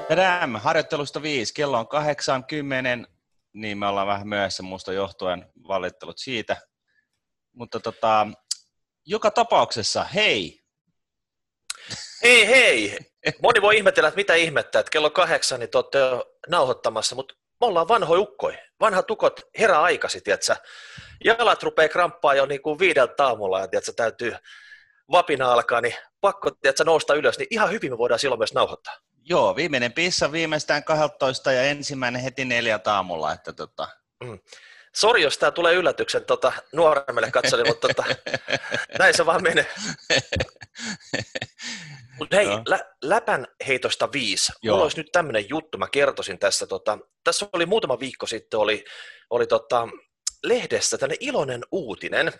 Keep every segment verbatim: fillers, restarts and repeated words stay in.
Tänään harjoittelusta viisi, kello on kahdeksan kymmenen, niin me ollaan vähän myöhässä muusta johtuen, valittelut siitä. Mutta tota, joka tapauksessa, hei! Hei hei! Moni voi ihmetellä, että mitä ihmettä, että kello kahdeksan niin te olette jo nauhoittamassa, mutta me ollaan vanhoja ukkoja. Vanhat tukot herää aikaisin, tietsä. Jalat rupeaa kramppaa jo niin kuin viideltä aamulla ja tietsä, täytyy vapina alkaa, niin pakko tietsä, nousta ylös, niin ihan hyvin me voidaan silloin myös nauhoittaa. Joo, viimeinen pissa viimeistään kaksitoista ja ensimmäinen heti neljältä aamulla. Että tota. mm. Sori, jos tämä tulee yllätyksen tota, nuoremmille katsojille, mutta tota, näin se vaan menee. Mutta hei, lä- läpän heitosta viisi. Joo. Mulla olisi nyt tämmöinen juttu, mä kertoisin tässä. Tota, tässä oli muutama viikko sitten, oli, oli tota, lehdessä tämmöinen iloinen uutinen.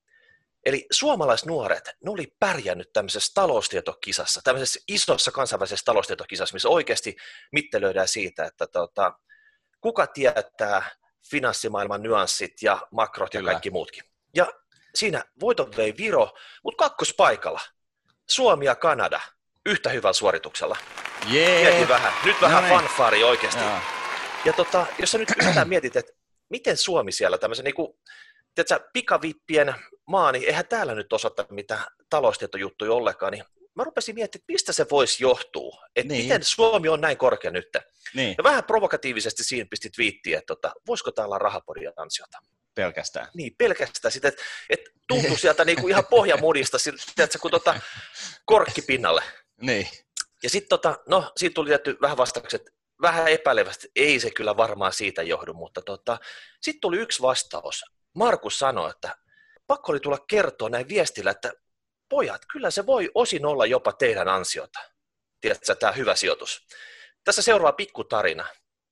Eli suomalaisnuoret, ne oli pärjännyt tämmöisessä taloustietokisassa, tämmöisessä isossa kansainvälisessä taloustietokisassa, missä oikeasti mittelöidään siitä, että tota, kuka tietää finanssimaailman nyanssit ja makrot ja Kyllä. kaikki muutkin. Ja siinä voiton vei Viro, mutta kakkospaikalla Suomi ja Kanada yhtä hyvällä suorituksella. Jee. Mieti vähän, nyt vähän no niin. fanfaari oikeasti. Ja, ja tota, jos sä nyt yhtään mietit, että miten Suomi siellä tämmöisen niin kuin, tiedätkö, pikavippien maa, niin eihän täällä nyt osata mitään taloustietojuttuja ollenkaan, niin mä rupesin miettimään, että mistä se voisi johtua, että niin. miten Suomi on näin korkea nyt. Niin. Ja vähän provokatiivisesti siinä pistit viittiä, että tota, voisiko täällä olla rahapodin ansiota. Pelkästään. Niin, pelkästään sitä, että, että tuntuu sieltä niinku ihan pohjamudista, tiedätkö, kun tota, korkki pinnalle. Niin. Ja sitten tota, no, siitä tuli tietty vähän vastaukset, vähän epäilevästi, ei se kyllä varmaan siitä johdu, mutta tota, sitten tuli yksi vastaus. Markus sanoi, että pakko oli tulla kertoa näin viestillä, että pojat, kyllä se voi osin olla jopa teidän ansiota. Tiedätkö, tämä hyvä sijoitus. Tässä seuraa pikku tarina.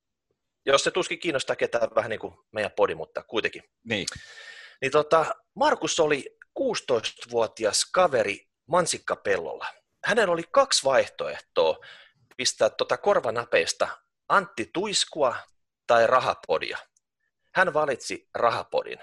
Jos se tuskin kiinnostaa ketään vähän niin kuin meidän podi, mutta kuitenkin. Niin. Niin tota, Markus oli kuusitoistavuotias kaveri mansikkapellolla. Hänellä oli kaksi vaihtoehtoa pistää tota korvanapeista Antti Tuiskua tai Rahapodia. Hän valitsi Rahapodin.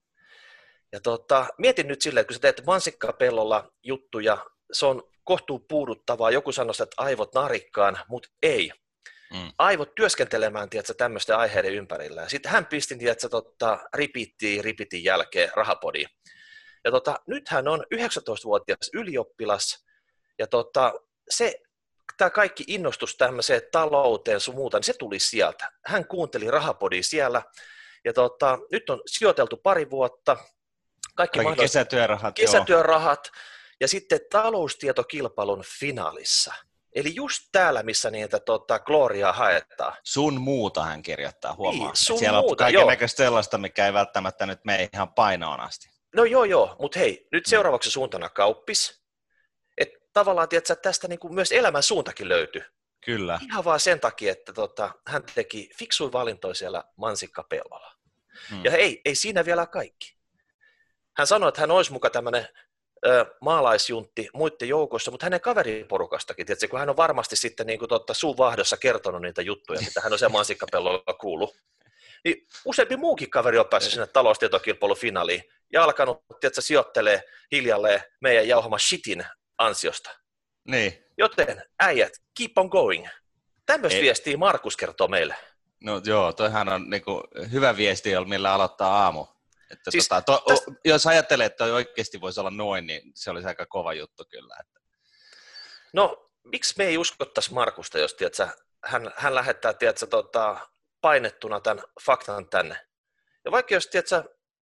Ja tota, mietin nyt silleen, että kun sä teet mansikkapellolla juttuja, se on kohtuu puuduttavaa. Joku sanoi, että aivot narikkaan, mutta ei. Mm. Aivot työskentelemään, tiedätkö, tämmöisten aiheiden ympärillä. Sitten hän pisti, tiedätkö, tota, repeattiin, repeatin jälkeen Rahapodiin. Ja tota, nyt hän on yhdeksäntoistavuotias ylioppilas, ja tota, se, tämä kaikki innostus tämmöiseen talouteen sun muuta, niin se tuli sieltä. Hän kuunteli Rahapodia siellä, ja tota, nyt on sijoiteltu pari vuotta. Kaikki, Kaikki kesätyörahat. Kesätyörahat, ja sitten taloustietokilpailun finaalissa. Eli just täällä, missä niitä tota, gloriaa haetaan. Sun muuta hän kirjoittaa, huomaa. Niin, sun siellä muuta, on kaikennäköistä sellaista, mikä ei välttämättä nyt mene ihan painoon asti. No joo, joo, mutta hei, nyt seuraavaksi suuntana kauppis. Että tavallaan, tiedätkö, että tästä niin kuin myös elämän suuntakin löytyy. Kyllä. Ihan vaan sen takia, että tota, hän teki fiksuja valintoja siellä mansikkapellolla. Hmm. Ja ei, ei siinä vielä kaikki. Hän sanoi, että hän olisi muka tämmöinen maalaisjuntti muiden joukossa, mutta hänen kaveriporukastakin, tiedätkö, kun hän on varmasti sitten niin kuin totta, suun vahdossa kertonut niitä juttuja, mitä hän on siellä mansikkapellolla kuullut. Niin useampi muukin kaveri on päässyt sinne taloustietokilpailun finaaliin ja alkanut, tiedätkö, sijoittelee hiljalleen meidän jauhama shitin ansiosta. Niin. Joten äijät, keep on going. Tämmöistä viestiä Markus kertoo meille. No joo, toihan on niin kuin hyvä viesti, millä aloittaa aamu. Että siis tota, to, tästä... Jos ajattelee, että toi oikeasti voisi olla noin, niin se olisi aika kova juttu kyllä. Että. No, miksi me ei uskottaisi Markusta, jos tiedätkö, hän, hän lähettää tiedätkö, tota, painettuna tämän faktan tänne. Ja vaikka jos tiedätkö,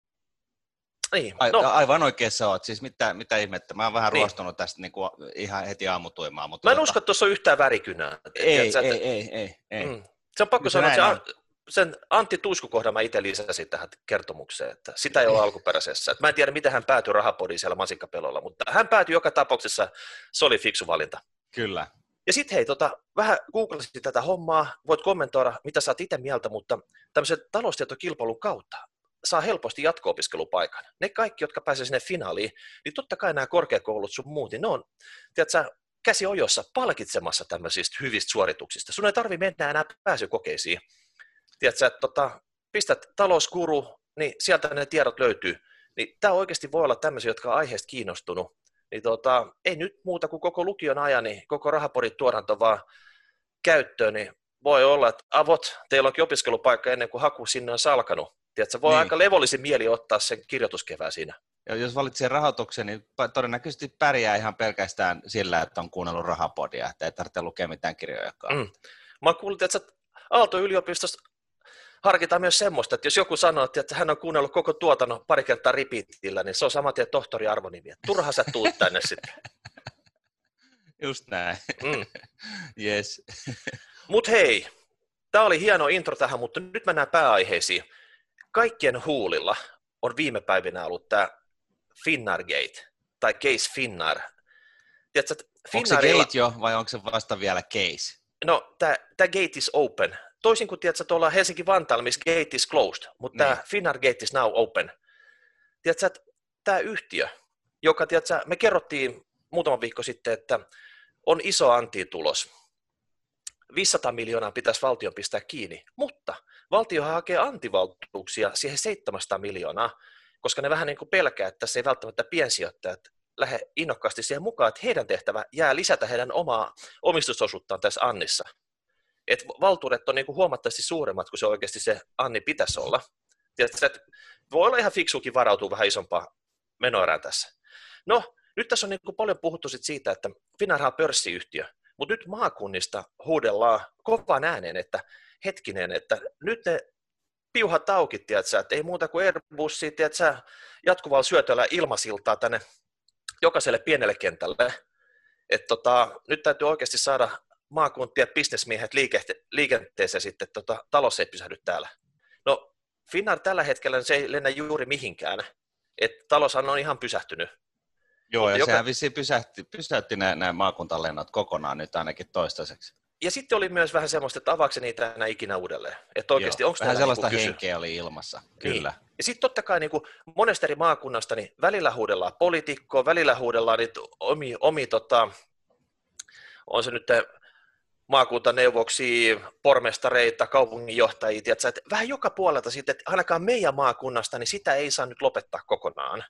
niin, A, no. Aivan oikeassa olet, siis mitä, mitä ihmettä. Mä oon vähän niin. ruostunut tästä niin kuin ihan heti aamutuimaan. Mutta Mä en tota... usko, että tuossa on yhtään värikynää. Ei, tiedätkö, ei, että... ei, ei, ei. Mm. Se on pakko se sanoa, että on. sen Antti Tuiskukohdan mä itse lisäsin tähän kertomukseen, että sitä ei ole alkuperäisessä. Että mä en tiedä, miten hän päätyi Rahapodiin siellä mansikkapellolla, mutta hän päätyi joka tapauksessa, se oli fiksu valinta. Kyllä. Ja sitten hei, tota, vähän googlasin tätä hommaa, voit kommentoida, mitä sä oot itse mieltä, mutta tämmöisen taloustietokilpailun kautta saa helposti jatko-opiskelupaikan. Ne kaikki, jotka pääsee sinne finaaliin, niin totta kai nämä korkeakoulut sun muut, niin ne on, tiedätkö, käsi ojossa palkitsemassa tämmöisistä hyvistä suorituksista. Sun ei tarvitse mennä enää pääsykokeisiin. Tiedätkö, että tota, pistät talouskuru, niin sieltä ne tiedot löytyy. Niin tämä oikeasti voi olla tämmöisiä, jotka on aiheesta kiinnostunut. Niin tota, ei nyt muuta kuin koko lukion ajan, niin koko Rahapodin tuotanto vaan käyttöön, niin voi olla, että avot, teillä onkin opiskelupaikka ennen kuin haku sinne on salkanut. Tiedätkö, voi niin. aika levollisin mieli ottaa sen kirjoituskevään siinä. Ja jos valitsee rahoituksen, niin todennäköisesti pärjää ihan pelkästään sillä, että on kuunnellut Rahapodia, että ei tarvitse lukea mitään kirjojakaan. Mm. Mä kuulin, että Aalto-yliopistossa harkitaan myös semmoista, että jos joku sanoo, että hän on kuunnellut koko tuotannon pari kertaa repeatillä, niin se on saman tien tohtori arvonimi. Turha sä tuut tänne sitten. Just näin. Mm. Yes. Mut hei, tää oli hieno intro tähän, mutta nyt mennään pääaiheisiin. Kaikkien huulilla on viime päivinä ollut tämä Finnairgate, tai Case Finnair. Tiedätkö, onko se gate jo, vai onko se vasta vielä case? No, tämä gate is open. Toisin kuin tiedätkö, tuolla Helsinki-Vantaalla, missä gate is closed, mutta tämä niin. Finnair Gate is now open. Tiedätkö, että tämä yhtiö, joka tiedätkö, me kerrottiin muutama viikko sitten, että on iso antiin tulos. viisisataa miljoonaa pitäisi valtion pistää kiinni, mutta valtio hakee antivaltuuksia siihen seitsemänsataa miljoonaa, koska ne vähän niin kuin pelkää, että tässä ei välttämättä piensijoittajat lähde innokkaasti siihen mukaan, että heidän tehtävä jää lisätä heidän omaa omistusosuuttaan tässä Annissa. Et valtuudet on niin kuin huomattavasti suuremmat kuin se oikeasti se Anni pitäisi olla. Tiedätkö, että voi olla ihan fiksuukin varautua vähän isompaa menoerään tässä. No, nyt tässä on niin kuin paljon puhuttu sit siitä, että Finnair on pörssiyhtiö, mutta nyt maakunnista huudellaan kovaan ääneen, että hetkinen, että nyt ne piuhat auki, tiedätkö, että ei muuta kuin Airbusia, tiedätkö, jatkuvalla syötöllä ilmasiltaa tänne jokaiselle pienelle kentälle. Että tota, nyt täytyy oikeasti saada maakuntien bisnesmiehet liikente- liikenteeseen sitten, että tota, talous ei pysähdy täällä. No, Finnair tällä hetkellä se ei lennä juuri mihinkään, että taloushan on ihan pysähtynyt. Joo, ja joka... sehän vissiin pysäytti, pysäytti nämä, nämä maakuntalennot kokonaan nyt ainakin toistaiseksi. Ja sitten oli myös vähän semmoista, että avaako niitä enää ikinä uudelleen. Että oikeasti, Joo, onko vähän sellaista niin henkeä oli ilmassa, kyllä. Niin. Ja sitten totta kai niin kuin monesta eri maakunnasta niin välillä huudellaan poliitikkoa, välillä huudellaan niitä omi, omi tota, on se nyt maakuntaneuvoksia, pormestareita, kaupunginjohtajia, tiedätkö, että vähän joka puolelta sitten, että ainakaan meidän maakunnasta, niin sitä ei saa nyt lopettaa kokonaan.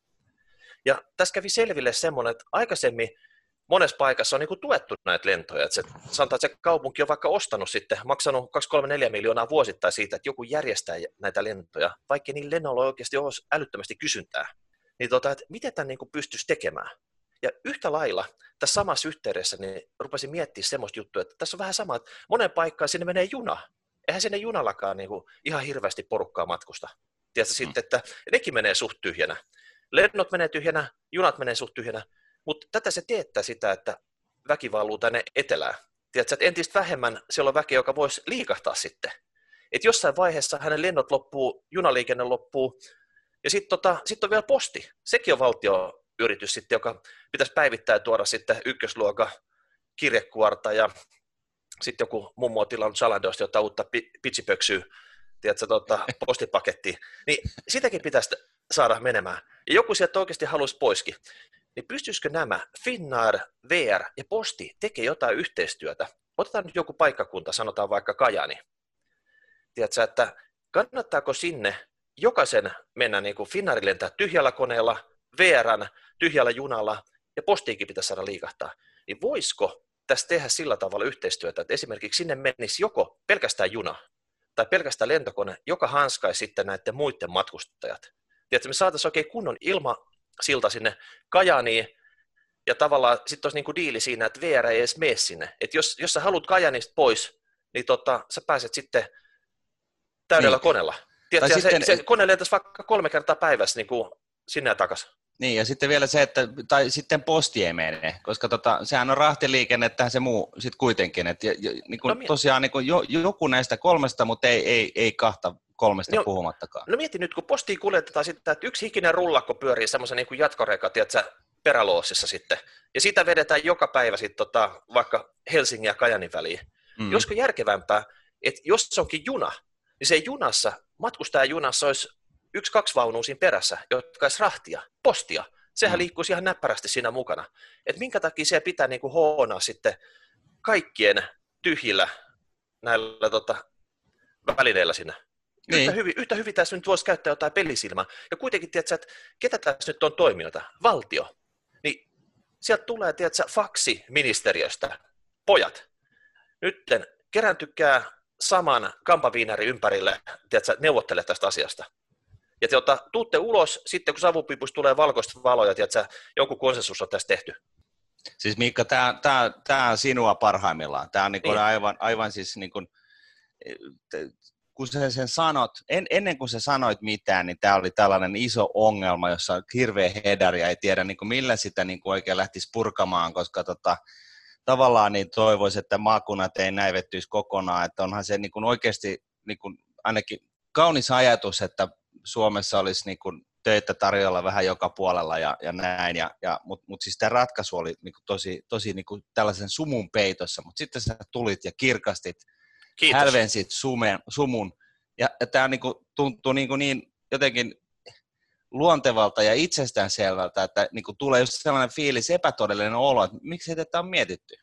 Ja tässä kävi selville semmoinen, että aikaisemmin monessa paikassa on niin kuin tuettu näitä lentoja. Että se, sanotaan, että se kaupunki on vaikka ostanut sitten, maksanut kaksi kolme neljä miljoonaa vuosittain siitä, että joku järjestää näitä lentoja, vaikka niillä lennoilla oikeasti olisi älyttömästi kysyntää. Niin tota, että miten tämän niin kuin pystyisi tekemään? Ja yhtä lailla tässä samassa yhteydessä niin rupesin miettimään semmoista juttua, että tässä on vähän sama, että monen paikkaan sinne menee juna. Eihän sinne junallakaan niin kuin ihan hirveästi porukkaa matkusta. Tiedätkö mm. sitten, että nekin menee suht tyhjänä. Lennot menee tyhjänä, junat menee suht tyhjänä, mutta tätä se teettää sitä, että väki valuu tänne etelään. Tiedätkö, että entistä vähemmän siellä on väkeä, joka voisi liikahtaa sitten. Että jossain vaiheessa hänen lennot loppuu, junaliikenne loppuu, ja sitten tota, sit on vielä posti. Sekin on valtioyritys sitten, joka pitäisi päivittää tuoda sitten ykkösluokan kirjekuorta, ja sitten joku mummo on tilannut Salandosta jotain uutta pitsipöksyä, tiedätkö, tota, postipakettia. Niin sitäkin pitäisi saada menemään. Ja joku sieltä oikeasti haluaisi poiskin. Niin pystyisikö nämä, Finnair, V R ja Posti, tekee jotain yhteistyötä? Otetaan nyt joku paikkakunta, sanotaan vaikka Kajani. Tiedätkö, että kannattaako sinne jokaisen mennä niin kuin Finnairin lentää tyhjällä koneella, V R:n tyhjällä junalla ja Postiinkin pitäisi saada liikahtaa. Niin voisiko tässä tehdä sillä tavalla yhteistyötä, että esimerkiksi sinne menisi joko pelkästään juna tai pelkästään lentokone, joka hanskaisi sitten näiden muiden matkustajat. Tiedätkö, me saataisiin oikein kunnon ilmasilta sinne Kajaniin, ja tavallaan sitten olisi niinku diili siinä, että V R ei edes mene sinne. Että jos, jos sä haluat Kajanista pois, niin tota, sä pääset sitten täydellä niin. koneella. Tiedätkö, sitten... se, se kone lentäisi vaikka kolme kertaa päivässä niin kuin sinne ja takaisin. Niin, ja sitten vielä se, että tai sitten Posti ei mene, koska tota, sehän on rahtiliikennettä se muu sitten kuitenkin. Et, ja, niin kuin, no, tosiaan niin kuin jo, joku näistä kolmesta, mutta ei, ei, ei kahta kolmesta no, puhumattakaan. No mieti nyt, kun Postiin kuljetetaan sitten, että yksi hikinen rullakko pyörii semmoisen niin kuin jatkoreika, tiedätkö, peräloossissa sitten, ja sitä vedetään joka päivä sitten tota, vaikka Helsingin ja Kajanin väliin. Mm. Josko järkevämpää, että jos se onkin juna, niin se junassa, matkustajajunassa olisi yksi, kaksi vaunua siinä perässä, jotka olisi rahtia, postia. Sehän mm. liikkuisi ihan näppärästi siinä mukana. Et minkä takia se pitää niinku hoonaa sitten kaikkien tyhjillä näillä tota, välineillä siinä. Niin. Yhtä, hyvin, yhtä hyvin tässä nyt voisi käyttää jotain pelisilmää. Ja kuitenkin, tiedätkö, että ketä tässä nyt on toimijoita? Valtio. Niin sieltä tulee, tiedätkö, faksi ministeriöstä. Pojat, nytten kerääntykää saman kampaviinärin ympärille, tiedätkö, neuvottele tästä asiasta. Ja te ota, tuutte ulos, sitten kun savupiipuista tulee valkoista valoja, tiedätkö, joku konsensus on tässä tehty. Siis Miikka, tämä on sinua parhaimmillaan. Tämä on niin niin. Aivan, aivan siis, niin kuin, kun sä sen sanot, en, ennen kuin sä sanoit mitään, niin tämä oli tällainen iso ongelma, jossa hirveä hedari ja ei tiedä niin kuin millä sitä niin kuin oikein lähtisi purkamaan, koska tota, tavallaan niin toivoisi, että maakunnat ei näivettyisi kokonaan, että onhan se niin kuin oikeasti niin kuin ainakin kaunis ajatus, että Suomessa olisi niin kuin töitä tarjolla vähän joka puolella ja, ja näin, ja, ja, mutta mut siis tämä ratkaisu oli niin kuin tosi, tosi niin kuin tällaisen sumun peitossa, mutta sitten sä tulit ja kirkastit, Kiitos. Hälvensit sumen, sumun, ja, ja tämä niin kuin tuntuu niin, kuin niin jotenkin luontevalta ja itsestäänselvältä, että niin kuin tulee just sellainen fiilis, epätodellinen olo, että miksi ei tätä ole mietitty?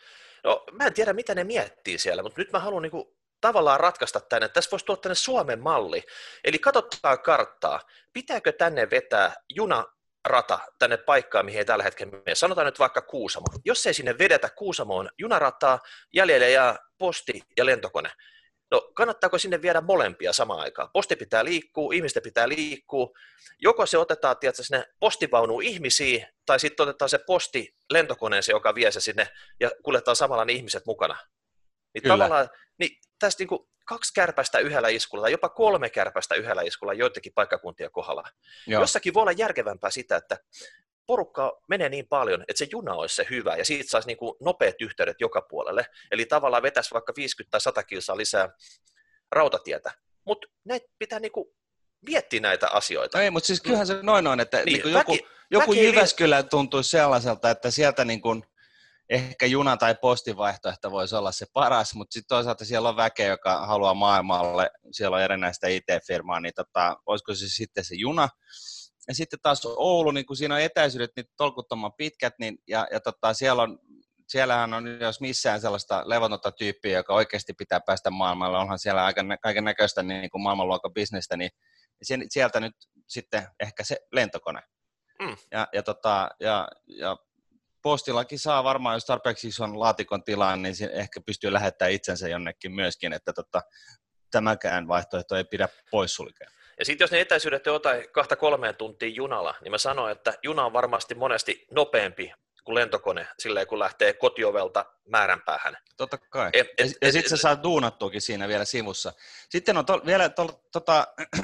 No mä en tiedä, mitä ne miettii siellä, mutta nyt mä haluan niin kuin tavallaan ratkaista tänne, että tässä voisi tuoda tänne Suomen malli. Eli katsotaan karttaa, pitääkö tänne vetää junarata tänne paikkaan, mihin ei tällä hetkellä mene. Sanotaan nyt vaikka Kuusamo. Jos ei sinne vedetä Kuusamoon junarataa, jäljelle jää posti ja lentokone. No kannattaako sinne viedä molempia samaan aikaan? Posti pitää liikkua, ihmisten pitää liikkua. Joko se otetaan tiedätkö, sinne postivaunuun ihmisiä, tai sitten otetaan se posti lentokoneeseen, joka vie se sinne, ja kuljetaan samalla ne ihmiset mukana. Niin tavallaan, niin tästä niin kuin kaksi kärpästä yhdellä iskulla, tai jopa kolme kärpästä yhdellä iskulla joidenkin paikkakuntien kohdalla. Joo. Jossakin voi olla järkevämpää sitä, että porukka menee niin paljon, että se juna olisi se hyvä, ja siitä saisi niin kuin nopeat yhteydet joka puolelle. Eli tavallaan vetäisi vaikka viisikymmentä tai sata kilsaa lisää rautatietä. Mutta näitä pitää niin kuin miettiä näitä asioita. No ei, mutta siis kyllähän se noin on, että niin, niin joku, väki, joku väki Jyväskylä tuntuisi sellaiselta, että sieltä niin kuin ehkä juna- tai postivaihtoehto voisi olla se paras, mutta sitten toisaalta siellä on väkeä, joka haluaa maailmalle, siellä on erinäistä I T-firmaa, niin tota, olisiko se sitten se juna. Ja sitten taas Oulu, niin kun siinä on etäisyydet niin tolkuttoman pitkät, niin, ja, ja tota, siellä on, siellähän on jos missään sellaista levotonta tyyppiä, joka oikeasti pitää päästä maailmalle, onhan siellä aika kaiken näköistä niin kuin maailmanluokan bisnestä, niin sieltä nyt sitten ehkä se lentokone. Mm. Ja, ja, tota, ja, ja Postillakin saa varmaan, jos tarpeeksi ison laatikon tilaan, niin ehkä pystyy lähettämään itsensä jonnekin myöskin, että tota, tämäkään vaihtoehto ei pidä poissulkea. Ja sitten jos ne etäisyydet on jotain kahta kolmeen tuntia junalla, niin mä sanoin, että juna on varmasti monesti nopeampi kuin lentokone, silleen kun lähtee kotiovelta määränpäähän. Totta kai. Et, et, ja ja sitten sä saat duunattuakin siinä vielä sivussa. Sitten on to, vielä to, tota,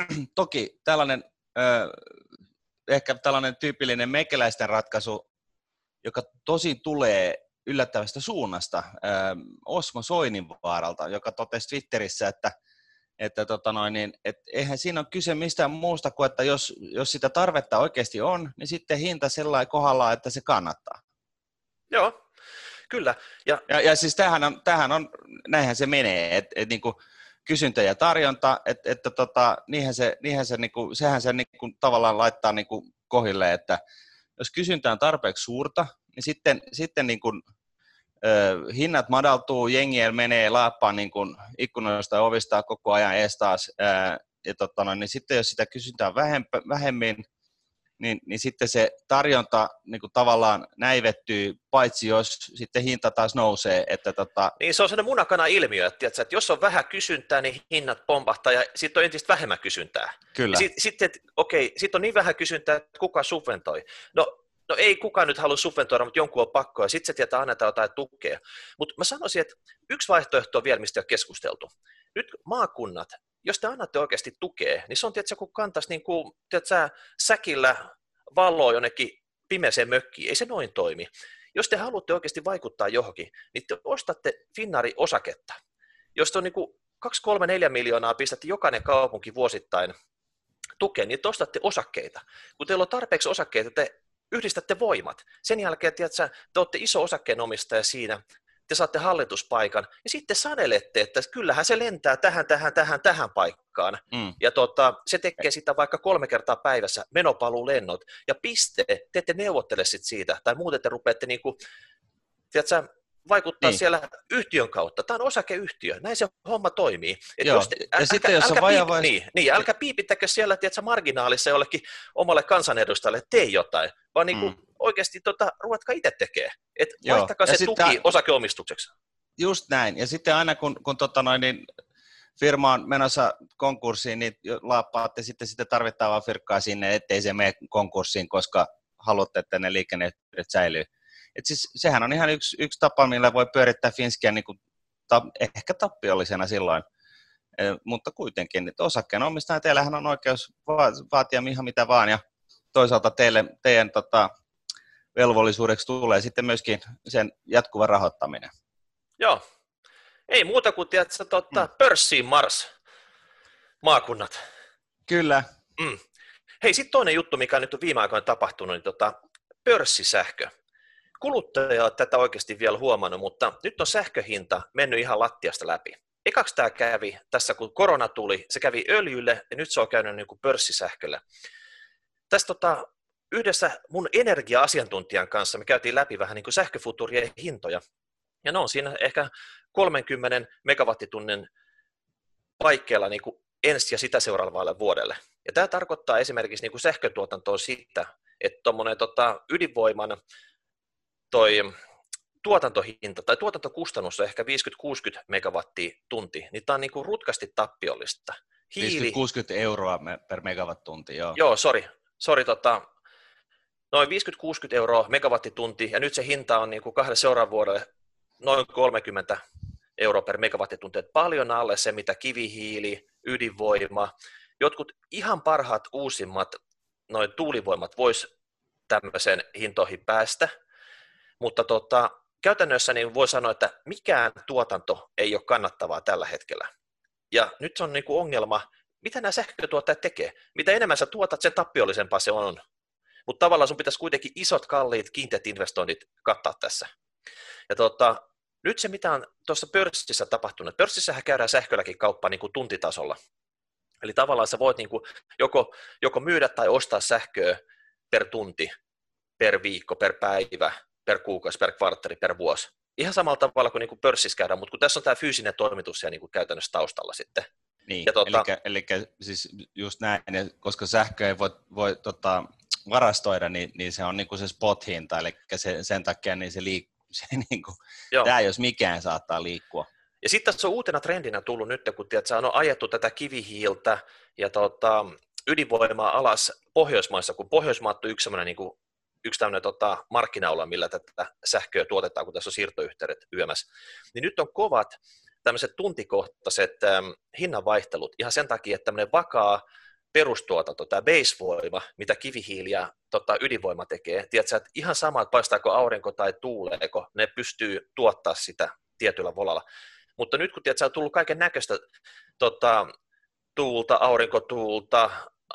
toki tällainen, ö, ehkä tällainen tyypillinen meikäläisten ratkaisu, joka tosi tulee yllättävästä suunnasta, ö, Osmo Soininvaaralta, joka totesi Twitterissä, että Että tota noin, niin, et eihän siinä ole kyse mistään muusta kuin, että jos, jos sitä tarvetta oikeasti on, niin sitten hinta sellainen kohdallaan, että se kannattaa. Joo, kyllä. Ja, ja, ja siis tämähän on, tämähän on, näinhän se menee, että et, niinku, kysyntä ja tarjonta, että et, tota, niinhän se, niinhän se, niinku, sehän se niinku, tavallaan laittaa niinku, kohille, että jos kysyntä on tarpeeksi suurta, niin sitten, sitten niinku, hinnat madaltuu, jengien menee laappaan niin kuin ikkunoista ja ovista koko ajan ees taas, ää, ja totta no, niin sitten jos sitä kysyntää vähempä, vähemmin, niin, niin sitten se tarjonta niin kuin tavallaan näivettyy, paitsi jos sitten hinta taas nousee. Että tota... Niin se on sellainen munakana-ilmiö, että, tiedätkö, että jos on vähän kysyntää, niin hinnat pompahtaa ja sitten on entistä vähemmän kysyntää. Kyllä. Sitten sit, okei, sitten on niin vähän kysyntää, että kuka subventoi. No, No ei kukaan nyt halua subventoida, mutta jonkun on pakko, ja sitten se tietää, annetaan jotain tukea. Mutta mä sanoisin, että yksi vaihtoehto on vielä, mistä on keskusteltu. Nyt maakunnat, jos te annatte oikeasti tukea, niin se on tietysti, kun kantaisi niin kuin, tiedätkö, säkillä valoa jonnekin pimeeseen mökkiin. Ei se noin toimi. Jos te haluatte oikeasti vaikuttaa johonkin, niin te ostatte Finnairi-osaketta. Jos te on niin kuin kaksi, kolme, neljä miljoonaa pistätte jokainen kaupunki vuosittain tukeen, niin te ostatte osakkeita. Kun teillä on tarpeeksi osakkeita, te yhdistätte voimat. Sen jälkeen, tiedätkö, te olette iso osakkeenomistaja siinä, te saatte hallituspaikan, ja sitten sanelette, että kyllähän se lentää tähän, tähän, tähän, tähän paikkaan. Mm. Ja tota, se tekee sitä vaikka kolme kertaa päivässä, menopaluulennot, ja piste, te ette neuvottele sit siitä, tai muuten te rupeatte niinku, tiedätkö, vaikuttaa niin. Siellä yhtiön kautta. Tämä on osakeyhtiö, näin se homma toimii. Et Joo, jos te, ja älkä, sitten jos älkä on vajavais... piip, niin, niin, älkää piipittäkö siellä, tiedätkö, marginaalissa jollekin omalle kansanedustajalle, että tee jotain, vaan niinku, mm. oikeasti tota, ruvetkaa itse tekemään. Et vaihtakaa se tuki tää... osakeomistukseksi. just näin. Ja sitten aina kun, kun tota noin, niin firma on menossa konkurssiin, niin laappaatte sitten sitä tarvittavaa firkkaa sinne, ettei se mene konkurssiin, koska haluatte, että ne liikenneyhteydet säilyy. Et siis, sehän on ihan yksi, yksi tapa, millä voi pyörittää Finskia niin kuin ta, ehkä tappiollisena silloin, e, mutta kuitenkin, että osakkeenomistaja, teillähän on oikeus va- vaatia ihan mitä vaan, ja toisaalta teille, teidän tota, velvollisuudeksi tulee sitten myöskin sen jatkuva rahoittaminen. Joo, ei muuta kuin tiedätkö, totta, mm. pörssiin mars, maakunnat. Kyllä. Mm. Hei, sitten toinen juttu, mikä nyt on viime aikoina tapahtunut, niin tota, pörssisähkö. Kuluttaja on tätä oikeasti vielä huomannut, mutta nyt on sähköhinta mennyt ihan lattiasta läpi. Ekaksi tämä kävi tässä, kun korona tuli, se kävi öljylle ja nyt se on käynyt niin kuin pörssisähkölle. Tässä tota, yhdessä mun energia-asiantuntijan kanssa me käytiin läpi vähän niin kuin sähköfuturien hintoja. Ja ne on siinä ehkä kolmenkymmenen megawattitunnin paikkeilla niin kuin ensi ja sitä seuraavalle vuodelle. Ja tämä tarkoittaa esimerkiksi niin kuin sähkötuotantoon sitä, että tuommoinen tota, ydinvoiman toi tuotantohinta tai tuotantokustannus on ehkä viisikymmentä kuusikymmentä megawattia tunti, niin tämä on niin kuin rutkasti tappiollista. Hiili... viisikymmentä kuusikymmentä euroa per megawattunti, joo. Joo, sori. Sori tota, noin viisikymmentä kuusikymmentä euroa megawattitunti, ja nyt se hinta on niin kuin kahdelle seuraavan vuodelle noin kolmekymmentä euroa per megawattitunti, että paljon alle se, mitä kivihiili, ydinvoima, jotkut ihan parhaat uusimmat noin tuulivoimat vois tämmöiseen hintoihin päästä, mutta tota, käytännössä niin voi sanoa, että mikään tuotanto ei ole kannattavaa tällä hetkellä. Ja nyt on niin kuin ongelma, mitä nämä sähkötuottajat tekee. Mitä enemmän sä tuotat, sen tappiollisempaa se on. Mutta tavallaan sun pitäisi kuitenkin isot, kalliit, kiinteät investoinnit kattaa tässä. Ja tota, nyt se, mitä on tuossa pörssissä tapahtunut, pörssissähän käydään sähkölläkin kauppaa niin kuin tuntitasolla. Eli tavallaan sä voit niin kuin joko, joko myydä tai ostaa sähköä per tunti, per viikko, per päivä, per kuukausi, per kvartteri, per vuosi. Ihan samalla tavalla kuin, niin kuin pörssissä käydään, mutta kun tässä on tämä fyysinen toimitus ja niin kuin käytännössä taustalla sitten. Niin, ja tota, eli, eli siis just näin, koska sähkö ei voi, voi tota, varastoida, niin, niin se on niin kuin se spot-hinta, eli se, sen takia niin se liikkuu. Se, niin kuin, tämä jos mikään saattaa liikkua. Ja sitten tässä on uutena trendinä tullut nyt, kun tiedätkö, on ajettu tätä kivihiiltä ja tota, ydinvoimaa alas Pohjoismaissa, kun Pohjoismaat on yksi sellainen niin kuin, yksi tämmöinen tota, markkinaula, millä tätä sähköä tuotetaan, kun tässä on siirtoyhteydet yömässä. Niin nyt on kovat tämmöiset tuntikohtaiset ähm, hinnanvaihtelut ihan sen takia, että tämmöinen vakaa perustuotanto, tämä basevoima, mitä kivihiili ja tota, ydinvoima tekee, tiedätkö, että ihan sama, että paistaako aurinko tai tuuleeko, ne pystyy tuottaa sitä tietyllä volalla. Mutta nyt kun tiedätkö, on tullut kaiken näköistä tota, tuulta, aurinkotuulta,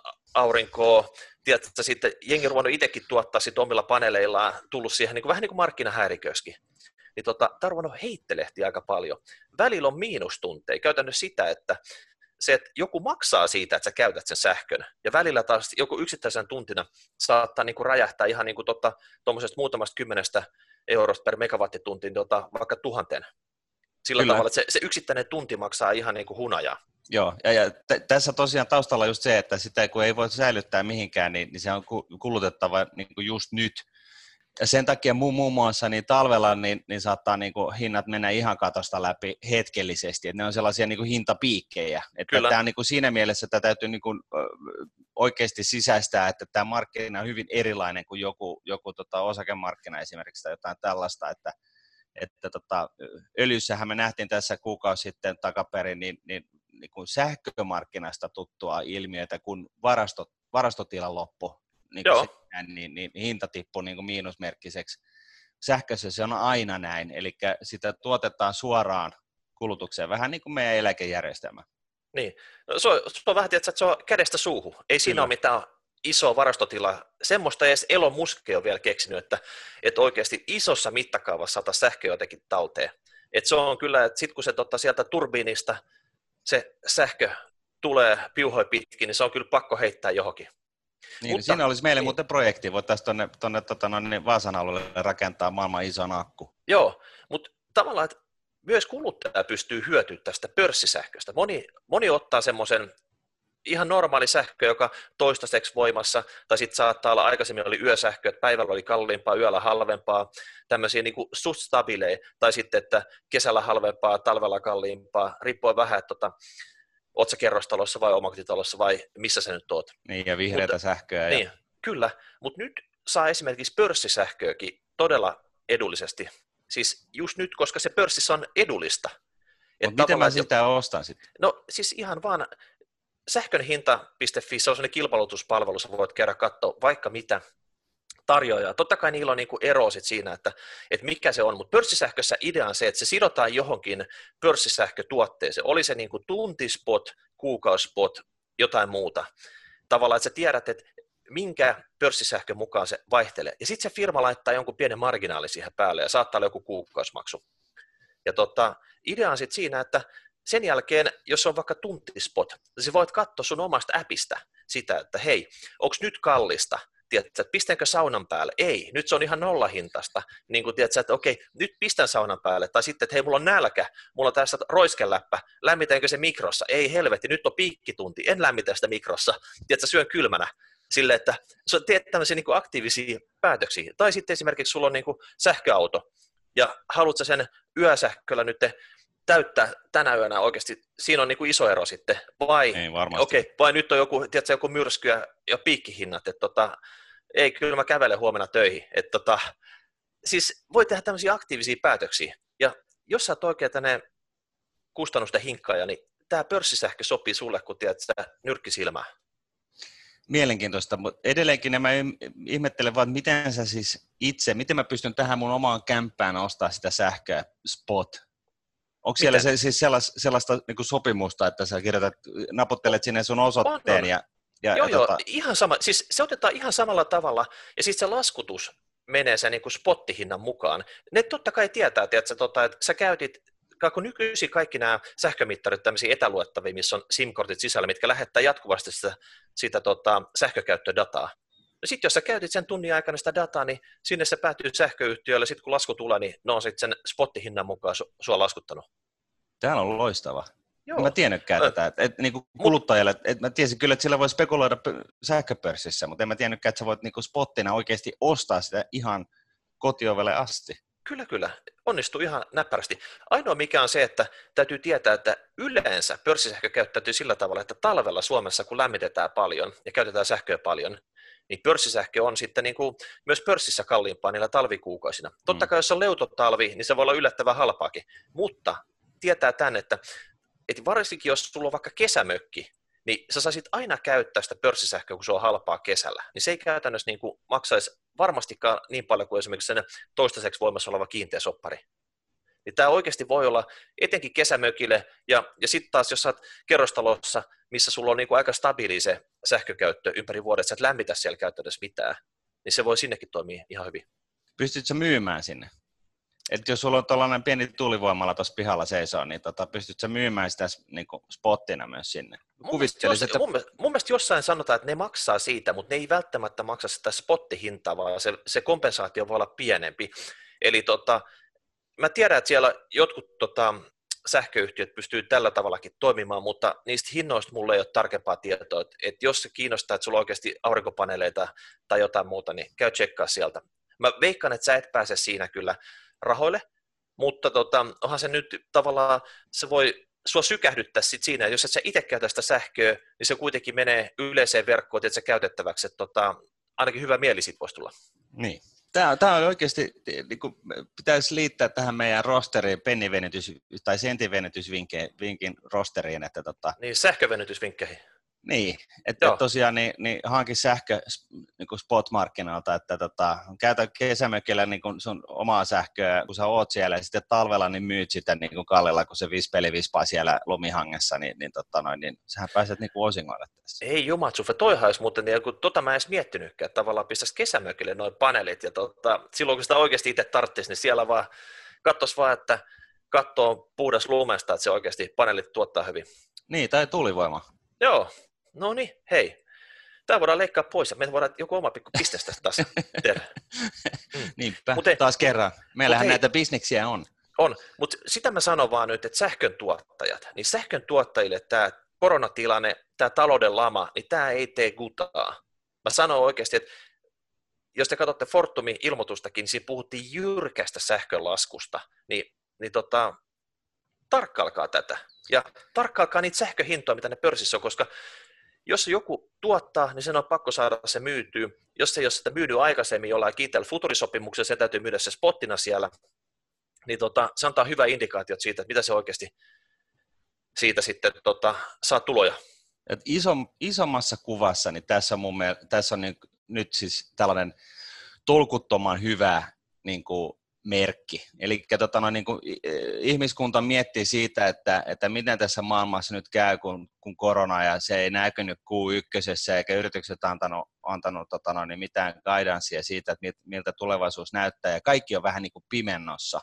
aurinkoa, tiedätkö, sitten jengi on ruvennut itsekin tuottaa sit omilla paneeleillaan, tullut siihen niin kuin, vähän niin kuin markkinahäiriköskin. Niin tota, tämä on ruvennut heittelehtiä aika paljon. Välillä on miinustunteja, käytännössä sitä, että se, että joku maksaa siitä, että sä käytät sen sähkön, ja välillä taas joku yksittäisen tuntina saattaa niin kuin räjähtää ihan niin kuin tota, muutamasta kymmenestä eurosta per megawattituntiin tota, vaikka tuhanteen. Sillä Kyllä. tavalla, että se, se yksittäinen tunti maksaa ihan niin kuin hunajaa. Joo, ja, ja t- tässä tosiaan taustalla just se, että sitä kun ei voi säilyttää mihinkään, niin, niin se on kulutettava niin kuin just nyt. Ja sen takia muun, muun muassa niin talvella niin, niin saattaa niin kuin hinnat mennä ihan katosta läpi hetkellisesti, että ne on sellaisia niin kuin hintapiikkejä. Että tämä on niin kuin siinä mielessä, että täytyy niin kuin oikeasti sisäistää, että tämä markkina on hyvin erilainen kuin joku, joku tota osakemarkkina esimerkiksi tai jotain tällaista, että, että tota, öljyssähän me nähtiin tässä kuukausi sitten takaperin niin, niin, niin kuin sähkömarkkinasta tuttua ilmiötä, kun varastot, varastotila loppui. Niin, sen, niin, niin hinta tippui niin kuin miinusmerkkiseksi. Sähkössä se on aina näin, eli sitä tuotetaan suoraan kulutukseen, vähän niin kuin meidän eläkejärjestelmä. Niin, no, se, on, se on vähän, tietysti, että se on kädestä suuhun. Ei siinä Kyllä. ole mitään isoa varastotilaa. Semmoista edes Elon Musk on vielä keksinyt, että, että oikeasti isossa mittakaavassa saataisiin sähköä jotenkin talteen. Että se on kyllä, että sitten kun se totta sieltä turbiinista se sähkö tulee piuhoja pitkin, niin se on kyllä pakko heittää johonkin. Niin, Mutta, siinä olisi meille niin. muuten projekti, voitaisiin tuonne, tuonne tota, niin Vaasan alueelle rakentaa maailman ison akku. Joo, mutta tavallaan, että myös kuluttaja pystyy hyötymään tästä pörssisähköstä. Moni, moni ottaa semmoisen ihan normaali sähkö, joka toistaiseksi voimassa, tai sitten saattaa olla, aikaisemmin oli yösähkö, että päivällä oli kalliimpaa, yöllä halvempaa, tämmöisiä niin kuin suht stabileja, tai sitten, että kesällä halvempaa, talvella kalliimpaa, riippuen vähän, että tota, oot sä kerrostalossa vai omakotitalossa vai missä sä nyt oot. Niin, ja vihreätä mutta, sähköä. Niin, ja... kyllä, mutta nyt saa esimerkiksi pörssisähköäkin todella edullisesti. Siis just nyt, koska se pörssissä on edullista. Mutta miten mä sitä ostan sitten? No siis ihan vaan sähkönhinta piste fi, se on sellainen kilpailutuspalvelu, sä voit käydä katsoa vaikka mitä tarjoajaa. Totta kai niillä on niinku ero sit siinä, että, että mikä se on, mutta pörssisähkössä idea on se, että se sidotaan johonkin pörssisähkötuotteeseen. Oli se niinku tuntispot, kuukauspot, jotain muuta. Tavallaan, että sä tiedät, että minkä pörssisähkön mukaan se vaihtelee. Ja sitten se firma laittaa jonkun pienen marginaali siihen päälle ja saattaa olla joku kuukausimaksu. Ja tota, idea on sitten siinä, että sen jälkeen, jos on vaikka tuntispot, niin sä voit katsoa sun omasta appista sitä, että hei, onko nyt kallista? Tiedätkö, että pistänkö saunan päälle? Ei, nyt se on ihan nollahintasta. Niin kuin tiedätkö, että okei, nyt pistän saunan päälle. Tai sitten, että hei, mulla on nälkä, mulla on tässä roiskeläppä, lämmitänkö se mikrossa? Ei helvetti, nyt on piikkitunti, en lämmitä sitä mikrossa. Tiedätkö, syön kylmänä. Sille, että teet tämmöisiä niin kuin aktiivisia päätöksiä. Tai sitten esimerkiksi sulla on niin kuin sähköauto, ja haluatko sen yösähköllä nyt täyttää tänä yönä oikeasti, siinä on niin kuin iso ero sitten, vai, okay, vai nyt on joku, tiedätkö, joku myrsky ja, ja piikkihinnat, että tota, ei, kyllä mä kävelen huomenna töihin. Että tota, siis voi tehdä tämmöisiä aktiivisia päätöksiä, ja jos sä oot oikein tänne kustannusten hinkkaaja, niin tämä pörssisähkö sopii sulle, kun tiedät sitä nyrkkisilmää. Mielenkiintoista, mutta edelleenkin mä ihmettelen vaan, että miten sä siis itse, miten mä pystyn tähän mun omaan kämppään ostaa sitä sähköä spot? Onko siellä se, siis sellaista, sellaista niin kuin sopimusta, että sä kirjoitat, naputtelet sinne sun osoitteen? On, on. Ja, ja, joo, ja joo, tota... ihan sama. Siis se otetaan ihan samalla tavalla, ja sitten se laskutus menee sen niin kuin spottihinnan mukaan. Ne totta kai tietää, tiedätkö, tota, että sä käytit, kun nykyisin kaikki nämä sähkömittarit tämmöisiä etäluettavia, missä on SIM-kortit sisällä, mitkä lähettää jatkuvasti sitä, sitä tota, sähkökäyttödataa. No sitten jos sä käytit sen tunnin aikana sitä dataa, niin sinne se päätyy sähköyhtiölle, sitten kun lasku tulee, niin ne on sitten sen spottihinnan mukaan su- sua laskuttanut. Tämä on loistava. Joo. En mä tiennytkään tätä, että et, niinku kuluttajalle, et mä tiesin kyllä, että sillä voisi spekuloida sähköpörssissä, mutta en mä tiennytkään, että sä voit niinku spottina oikeasti ostaa sitä ihan kotiovelle asti. Kyllä, kyllä. Onnistuu ihan näppärästi. Ainoa mikä on se, että täytyy tietää, että yleensä pörssisähkö käyttäytyy sillä tavalla, että talvella Suomessa, kun lämmitetään paljon ja käytetään sähköä paljon, niin pörssisähkö on sitten niin kuin myös pörssissä kalliimpaa niillä talvikuukausina. Totta kai jos on leutotalvi, niin se voi olla yllättävän halpaakin, mutta tietää tämän, että, että varsinkin jos sulla on vaikka kesämökki, niin sä saisit aina käyttää sitä pörssisähköä, kun se on halpaa kesällä. Niin se ei käytännössä niin kuin maksaisi varmastikaan niin paljon kuin esimerkiksi sen toistaiseksi voimassa oleva kiinteä soppari. Niin tämä oikeasti voi olla etenkin kesämökille, ja, ja sitten taas jos sä oot kerrostalossa, missä sulla on niin kuin aika stabiili se sähkökäyttö ympäri vuodet, sä et lämmitä siellä käytännössä mitään, niin se voi sinnekin toimia ihan hyvin. Pystytkö myymään sinne? Että jos sulla on tuollainen pieni tuulivoimala tuossa pihalla seisoo, niin tota, pystytkö myymään sitä niin kuin spottina myös sinne? Mun mielestä, jos, että... mun, mielestä, mun mielestä jossain sanotaan, että ne maksaa siitä, mutta ne ei välttämättä maksa sitä spottihintaa, vaan se, se kompensaatio voi olla pienempi. Eli tota, mä tiedän, että siellä jotkut tota, sähköyhtiöt pystyy tällä tavallakin toimimaan, mutta niistä hinnoista mulla ei ole tarkempaa tietoa. Että, että jos se kiinnostaa, että sulla on oikeasti aurinkopaneeleita tai jotain muuta, niin käy tsekkaa sieltä. Mä veikkaan, että sä et pääse siinä kyllä rahoille, mutta tota, onhan se nyt tavallaan, se voi sua sykähdyttää sit siinä, jos et sä itse käytä sitä sähköä, niin se kuitenkin menee yleiseen verkkoon, että se käytettäväksi, että tota, ainakin hyvä mieli siitä voisi tulla. Niin. Tämä, tämä on oikeasti, niin kuin, pitäisi liittää tähän meidän rosteriin pennivenytys- tai sentivenytysvinkin rosteriin. Että tota, niin, sähkövenytysvinkkeihin. Niin, että tosiaan niin, niin hankin sähkö niin spot-markkinalta, että tota, käytä kesämökillä niin sun omaa sähköä, kun sä oot siellä, ja sitten talvella niin myyt sitä niin kallilla, kun se vispeli vispaa siellä lumihangessa, niin, niin, tota noin, niin sähän pääset niin osingoille tässä. Ei jumatsufe, toihan olisi muuten, niin, kun tota mä en edes miettinytkään, että tavallaan pistäisi kesämökille noin paneelit, ja tota, silloin kun sitä oikeasti itse tarvitsisi, niin siellä vaan katsoisi vaan, että katto puhdas lumesta, että se oikeasti paneelit tuottaa hyvin. Niin, tai tuulivoima. Joo. No niin, hei. Tämä voidaan leikkaa pois ja me voidaan joku oma pikku piste tästä taas tehdä. Mm. Niinpä, mut taas kerran. Meillähän hei, näitä bisneksiä on. On, mutta sitä mä sanon vaan nyt, että sähkön tuottajat, niin sähkön tuottajille tämä koronatilanne, tämä talouden lama, niin tämä ei tee gutaa. Mä sanon oikeasti, että jos te katsotte Fortumin ilmoitustakin, niin siinä puhuttiin jyrkästä sähkölaskusta, niin, niin tota, tarkkailkaa tätä. Ja tarkkailkaa niitä sähköhintoja, mitä ne pörssissä on, koska jos joku tuottaa, niin sen on pakko saada se myytyä. Jos se ei ole sitä myynyt aikaisemmin jollain kiinteällä futurisopimuksella, se täytyy myydä se spottina siellä, niin tota, se antaa hyvä indikaatio siitä, että mitä se oikeasti siitä sitten tota, saa tuloja. Et iso, isommassa kuvassa, niin tässä on, mun mielestä, tässä on niin, nyt siis tällainen tolkuttoman hyvä niin kuin merkki. Eli tota, no, niin kuin, ihmiskunta miettii siitä, että, että miten tässä maailmassa nyt käy, kun, kun korona ja se ei näkynyt Q yksi eikä yritykset antanut, antanut tota, no, niin mitään guidancea siitä, että miltä tulevaisuus näyttää ja kaikki on vähän niin kuin pimennossa.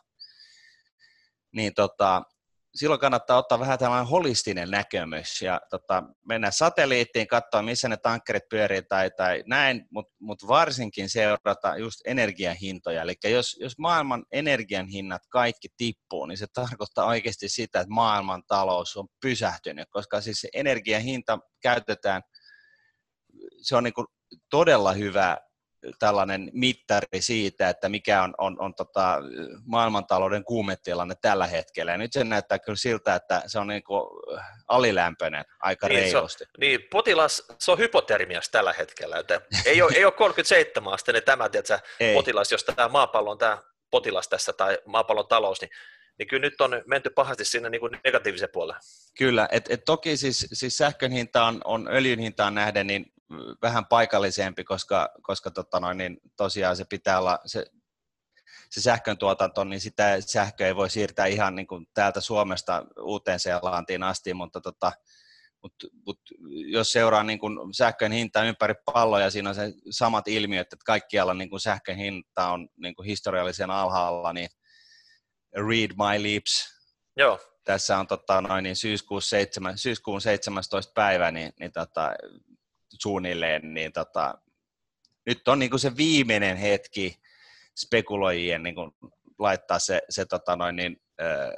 Niin tota, silloin kannattaa ottaa vähän tällainen holistinen näkemys ja tota, mennä satelliittiin, katsoa missä ne tankkerit pyörii tai, tai näin, mutta mut varsinkin seurata just energiahintoja. Eli jos, jos maailman energian hinnat kaikki tippuu, niin se tarkoittaa oikeasti sitä, että maailman talous on pysähtynyt, koska siis se energian hinta käytetään, se on niin kuin todella hyvä tällainen mittari siitä, että mikä on, on, on tota maailmantalouden kuumetilanne tällä hetkellä. Ja nyt se näyttää kyllä siltä, että se on niin kuin alilämpöinen aika niin, reilusti. Se on, niin, potilas, se on hypotermiassa tällä hetkellä. Että ei, ole, ei ole kolmekymmentäseitsemän asteinen tämä, tiedätkö, potilas, jos tämä maapallo on tämä potilas tässä tai maapallon talous, niin, niin kyllä nyt on menty pahasti sinne niin kuin negatiivisen puolelle. Kyllä, että et toki siis, siis sähkön hinta on, on öljyn hintaan nähden niin vähän paikallisempi, koska, koska tota noin, niin tosiaan se pitää olla, se, se sähkön tuotanto, niin sitä sähköä ei voi siirtää ihan niin kuin täältä Suomesta Uuteen-Seelantiin asti, mutta tota, mut, mut, jos seuraa niin kuin sähkön hinta ympäri palloja, siinä on se samat ilmiöt, että kaikkialla niin kuin sähkön hinta on niin kuin historiallisen alhaalla, niin read my lips. Joo. Tässä on tota, noin, niin syyskuun, seitsemän, syyskuun seitsemästoista päivä, niin, niin tota, suunnilleen, niin tota, nyt on niin kuin se viimeinen hetki spekuloijien niin kuin laittaa se, se tota noin, niin, äh,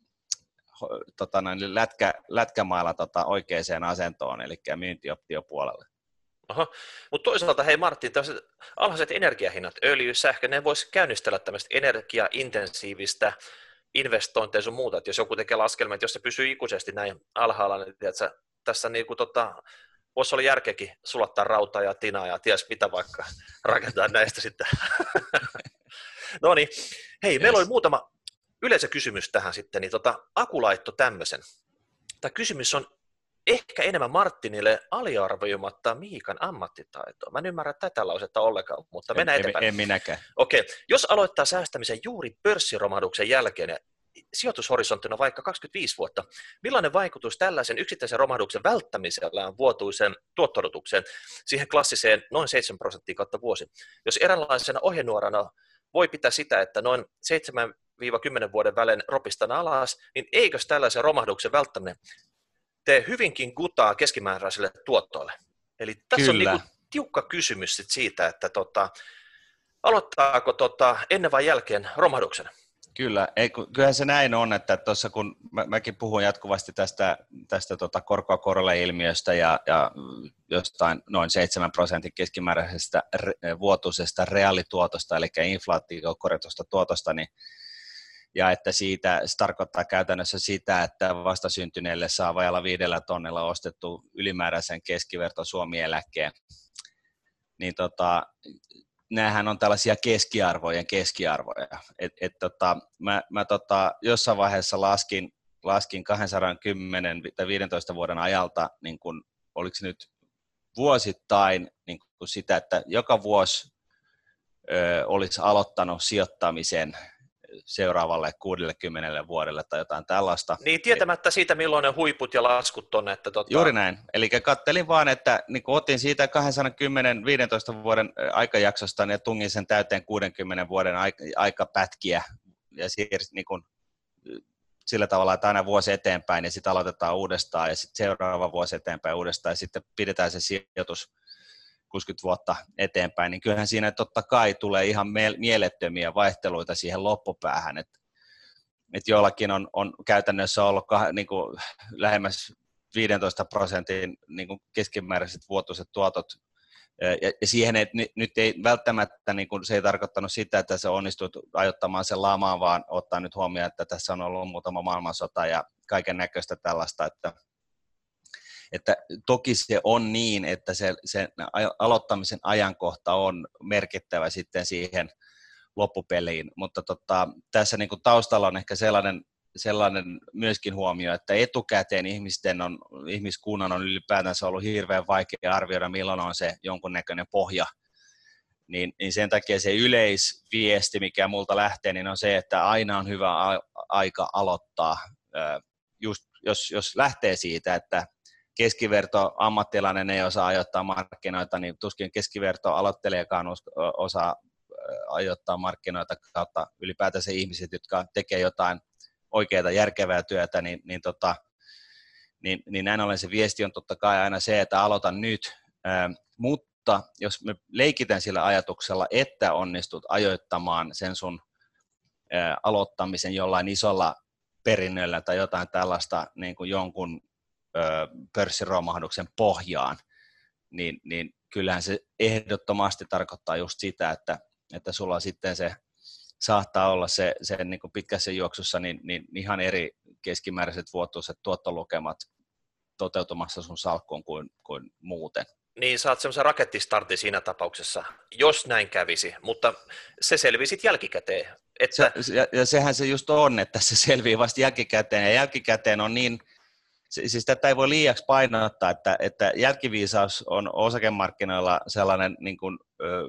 tota noin, lätkä, lätkämailla tota oikeaan asentoon, eli myyntioptiopuolelle. Oho. Mutta toisaalta, hei Martin, tällaiset alhaiset energiahinnat, öljy, sähkö, ne voisi käynnistellä tämmöistä energiaintensiivistä investointeja sun muuta, että jos joku tekee laskelmia, että jos se pysyy ikuisesti näin alhaalla, niin tiedätkö, tässä niin kuin tota, voisi olla järkeäkin sulattaa rautaa ja tinaa ja ties mitä vaikka rakentaa näistä sitten. No niin, hei, yes. Meillä oli muutama yleisökysymys tähän sitten, niin tota, Aku laittoi tämmöisen. Tämä kysymys on ehkä enemmän Martinille aliarvioimatta Miikan ammattitaitoa. Mä en ymmärrä tätä lausetta ollenkaan, mutta mennään en, eteenpäin. En, en minäkään. Okei, okay. Jos aloittaa säästämisen juuri pörssiromahduksen jälkeen ja sijoitushorisonttina vaikka kaksikymmentäviisi vuotta, millainen vaikutus tällaisen yksittäisen romahduksen välttämisellä on vuotuiseen tuotto-odotukseen siihen klassiseen noin seitsemän prosenttia kautta vuosi? Jos eräänlaisena ohjenuorana voi pitää sitä, että noin seitsemän kymmenen vuoden välein ropistan alas, niin eikös tällaisen romahduksen välttäminen tee hyvinkin gutaa keskimääräiselle tuottoille? Eli tässä Kyllä. on niinku tiukka kysymys sit siitä, että tota, aloittaako tota ennen vai jälkeen romahduksen? Kyllä, ei, kyllähän se näin on, että tuossa kun mä, mäkin puhun jatkuvasti tästä, tästä tota korkoa korolle ilmiöstä ja, ja jostain noin seitsemän prosentin keskimääräisestä re, vuotuisesta reaalituotosta, eli inflaatiokorjatusta tuotosta, niin ja että siitä, se tarkoittaa käytännössä sitä, että vastasyntyneelle saa vajalla viidellä tonnilla ostettu ylimääräisen keskiverto Suomi-eläkkeen. Niin tota, näähän on tällaisia keskiarvojen keskiarvoja. Et, et tota, mä mä tota, jossain vaiheessa laskin, laskin kaksisataakymmenen tai viidentoista vuoden ajalta, niin kun, oliko se nyt vuosittain niin kun sitä, että joka vuosi ö, olisi aloittanut sijoittamisen seuraavalle kuudellekymmenelle vuodelle tai jotain tällaista. Niin, tietämättä siitä, milloin ne huiput ja laskut on. Että tota... Juuri näin. Eli kattelin vaan, että niin otin siitä kaksisataakymmenen viidentoista vuoden aikajaksosta ja tungin sen täyteen kuudenkymmenen vuoden aikapätkiä ja siirsin niin kuin, sillä tavalla, että aina vuosi eteenpäin ja sitten aloitetaan uudestaan ja sitten seuraava vuosi eteenpäin uudestaan ja sitten pidetään se sijoitus kuusikymmentä vuotta eteenpäin, niin kyllähän siinä totta kai tulee ihan mielettömiä vaihteluita siihen loppupäähän, että et joillakin on, on käytännössä ollut kah, niin kuin lähemmäs viisitoista prosentin niin kuin keskimääräiset vuotuiset tuotot. Ja, ja siihen, että nyt ei välttämättä, niin kuin, se ei tarkoittanut sitä, että se onnistui ajoittamaan sen lamaan, vaan ottaa nyt huomioon, että tässä on ollut muutama maailmansota ja kaiken näköistä tällaista, että, että toki se on niin, että se, se aloittamisen ajankohta on merkittävä sitten siihen loppupeliin, mutta tota, tässä niin kuin taustalla on ehkä sellainen, sellainen myöskin huomio, että etukäteen ihmisten on, ihmiskunnan on ylipäätänsä ollut hirveän vaikea arvioida, milloin on se jonkunnäköinen pohja, niin, niin sen takia se yleisviesti, mikä multa lähtee, niin on se, että aina on hyvä a- aika aloittaa, just jos, jos lähtee siitä, että keskiverto ammattilainen ei osaa ajoittaa markkinoita, niin tuskin keskiverto aloittelijakaan osaa ajoittaa markkinoita kautta ylipäätänsä ihmiset, jotka tekee jotain oikeaa järkevää työtä, niin, niin, tota, niin, niin näin ollen se viesti on totta kai aina se, että aloita nyt, ää, mutta jos me leikitään sillä ajatuksella, että onnistut ajoittamaan sen sun ää, aloittamisen jollain isolla perinnöllä tai jotain tällaista niin kuin jonkun ää, pörssiromahduksen pohjaan, niin, niin kyllähän se ehdottomasti tarkoittaa just sitä, että, että sulla sitten se saattaa olla se, se niin kuin pitkässä juoksussa niin, niin ihan eri keskimääräiset vuotuiset tuottolukemat toteutumassa sun salkkuun kuin, kuin muuten. Niin, saat semmoisen rakettistartin siinä tapauksessa, jos näin kävisi, mutta se selvisit jälkikäteen. Että... Se, ja, ja sehän se just on, että se selvii vasta jälkikäteen, ja jälkikäteen on niin, siis tätä ei voi liiaksi painottaa, että, että jälkiviisaus on osakemarkkinoilla sellainen niin kuin, ö,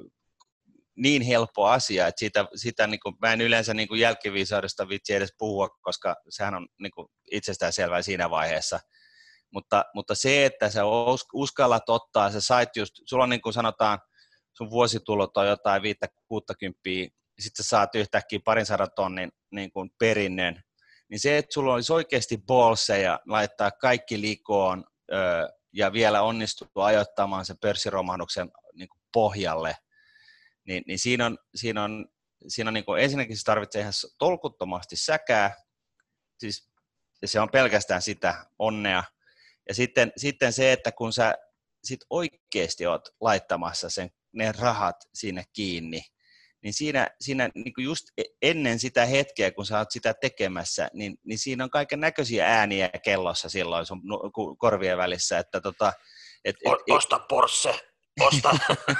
niin helppo asia, että siitä, siitä niin kuin, mä en yleensä niin kuin jälkiviisaudesta vitsi edes puhua, koska sehän on niin kuin itsestäänselvää siinä vaiheessa. Mutta, mutta se, että sä uskallat ottaa, sä sait just, sulla on niin kuin sanotaan, sun vuositulot on jotain viittä kuuttakymppiä, sitten sä saat yhtäkkiä parin sadan tonnin niin kuin perinnön, niin se, että sulla olisi oikeasti ballseja laittaa kaikki likoon öö, ja vielä onnistuu ajoittamaan sen pörssiromahduksen niin kuin pohjalle, Niin, niin siinä on, siinä on, siinä on niin kuin, ensinnäkin se tarvitsee ihan tolkuttomasti säkää, siis se on pelkästään sitä onnea, ja sitten, sitten se, että kun sä sit oikeasti oot laittamassa sen, ne rahat sinne kiinni, niin siinä, siinä niin kuin just ennen sitä hetkeä, kun sä oot sitä tekemässä, niin, niin siinä on kaiken näköisiä ääniä kellossa silloin sun korvien välissä, että tota, et, et, Osta Porsche, osta!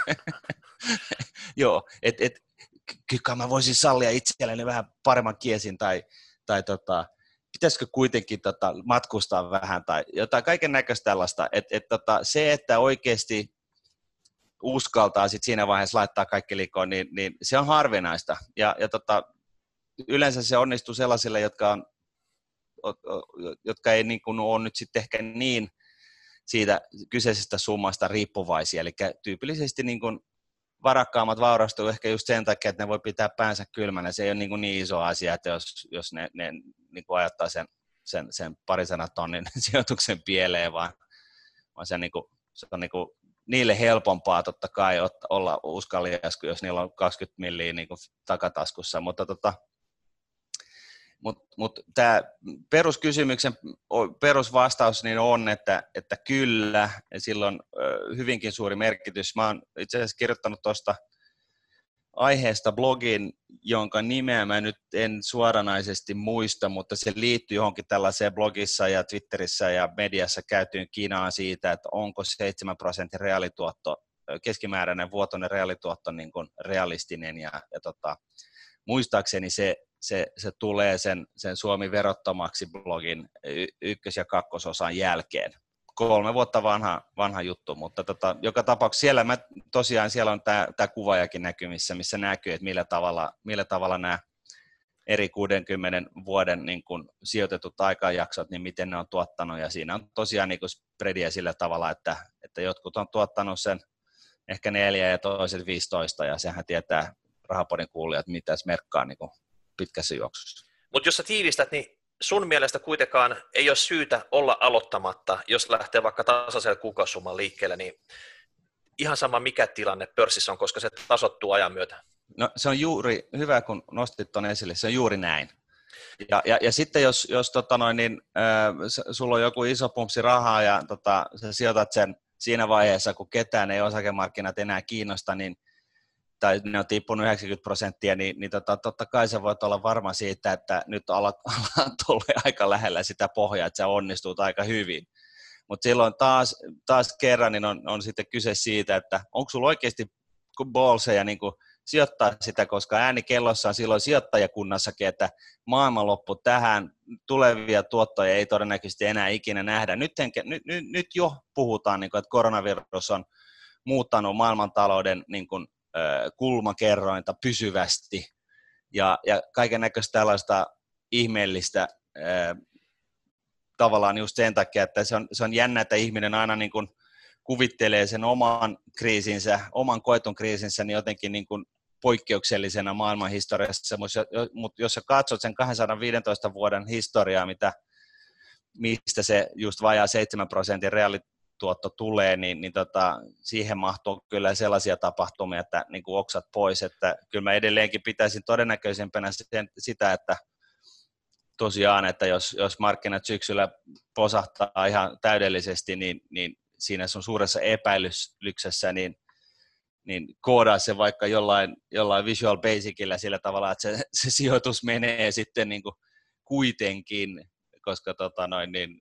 Joo, että et, kyllä mä voisin sallia itselleni vähän paremman kiesin tai, tai tota, pitäisikö kuitenkin tota, matkustaa vähän tai jotain kaiken näköistä tällaista. Et, et, tota, se, että oikeasti uskaltaa sit siinä vaiheessa laittaa kaikki likoon, niin, niin se on harvinaista. Ja, ja tota, yleensä se onnistuu sellaisille, jotka, on, jotka ei niin kuin ole nyt sitten ehkä niin siitä kyseisestä summasta riippuvaisia. Eli tyypillisesti niin kuin varakkaammat vaurastuu ehkä just sen takia, että ne voi pitää päänsä kylmänä. Se ei ole niin, kuin niin iso asia, että jos, jos ne, ne niin kuin ajattaa sen, sen, sen parisadan tonnin sijoituksen pieleen, vaan, vaan se, niin kuin, se on niin kuin niille helpompaa totta kai olla uskalias, jos niillä on kaksikymmentä milliä niin kuin takataskussa. Mutta tota, mut, mut tämä peruskysymyksen perusvastaus niin on, että, että kyllä, ja sillä on hyvinkin suuri merkitys. Mä oon itse asiassa kirjoittanut tuosta aiheesta blogin, jonka nimeä mä nyt en suoranaisesti muista, mutta se liittyy johonkin tällaiseen blogissa ja Twitterissä ja mediassa käytyyn kinaan siitä, että onko seitsemän prosentin reaalituotto, keskimääräinen vuotoinen reaalituotto niin kuin realistinen, ja, ja tota, muistaakseni se, se, se tulee sen, sen Suomi verottomaksi blogin y- ykkös- ja kakkososan jälkeen. Kolme vuotta vanha, vanha juttu, mutta tota, joka tapauksessa siellä, mä, tosiaan siellä on tämä kuvaajakin näkymissä, missä näkyy, että millä tavalla, millä tavalla nämä eri kuudenkymmenen vuoden niin kun sijoitetut aikajaksot, niin miten ne on tuottanut, ja siinä on tosiaan niin spreadia sillä tavalla, että, että jotkut on tuottanut sen ehkä neljä ja toiset viisitoista, ja sehän tietää Rahapodin kuulijat, mitä se merkkaa niin pitkässä juoksussa. Mutta jos sä tiivistät, niin sun mielestä kuitenkaan ei ole syytä olla aloittamatta, jos lähtee vaikka tasaisella kuukausisumman liikkeelle, niin ihan sama mikä tilanne pörssissä on, koska se tasoittuu ajan myötä. No se on juuri, hyvä kun nostit tuon esille, se on juuri näin. Ja, ja, ja sitten jos, jos tota noin, niin, äh, sulla on joku iso pumpsi rahaa ja tota, sä sijoitat sen siinä vaiheessa, kun ketään ei osakemarkkinat enää kiinnosta, niin, tai ne on tippunut yhdeksänkymmentä prosenttia, niin, niin tota, totta kai sä voit olla varma siitä, että nyt alat, alat olla aika lähellä sitä pohjaa, että sä onnistut aika hyvin. Mutta silloin taas, taas kerran niin on, on sitten kyse siitä, että onko sulla oikeasti ballseja niin kuin sijoittaa sitä, koska ääni kellossa on silloin sijoittajakunnassakin, että maailmanloppu tähän, tulevia tuottoja ei todennäköisesti enää ikinä nähdä. Nyt, nyt, nyt, nyt jo puhutaan, niin kuin, että koronavirus on muuttanut maailmantalouden niin kuin, kulmakerrointa pysyvästi ja, ja kaiken näköistä tällaista ihmeellistä tavallaan just sen takia, että se on, se on jännä, että ihminen aina niin kuin kuvittelee sen oman kriisinsä, oman koetun kriisinsä niin jotenkin niin kuin poikkeuksellisena maailmanhistoriassa, mutta jos sä katsot sen kaksisataaviisitoista vuoden historiaa, mitä, mistä se just vajaa seitsemän prosentin reaalituotto tulee, niin, niin tota, siihen mahtuu kyllä sellaisia tapahtumia, että niin kuin oksat pois, että kyllä mä edelleenkin pitäisin todennäköisempänä sen, sitä, että tosiaan, että jos, jos markkinat syksyllä posahtaa ihan täydellisesti, niin, niin siinä sun suuressa epäilyksessä, niin, niin koodaa se vaikka jollain, jollain Visual Basicillä sillä tavalla, että se, se sijoitus menee sitten niin kuin kuitenkin, koska tota noin, niin,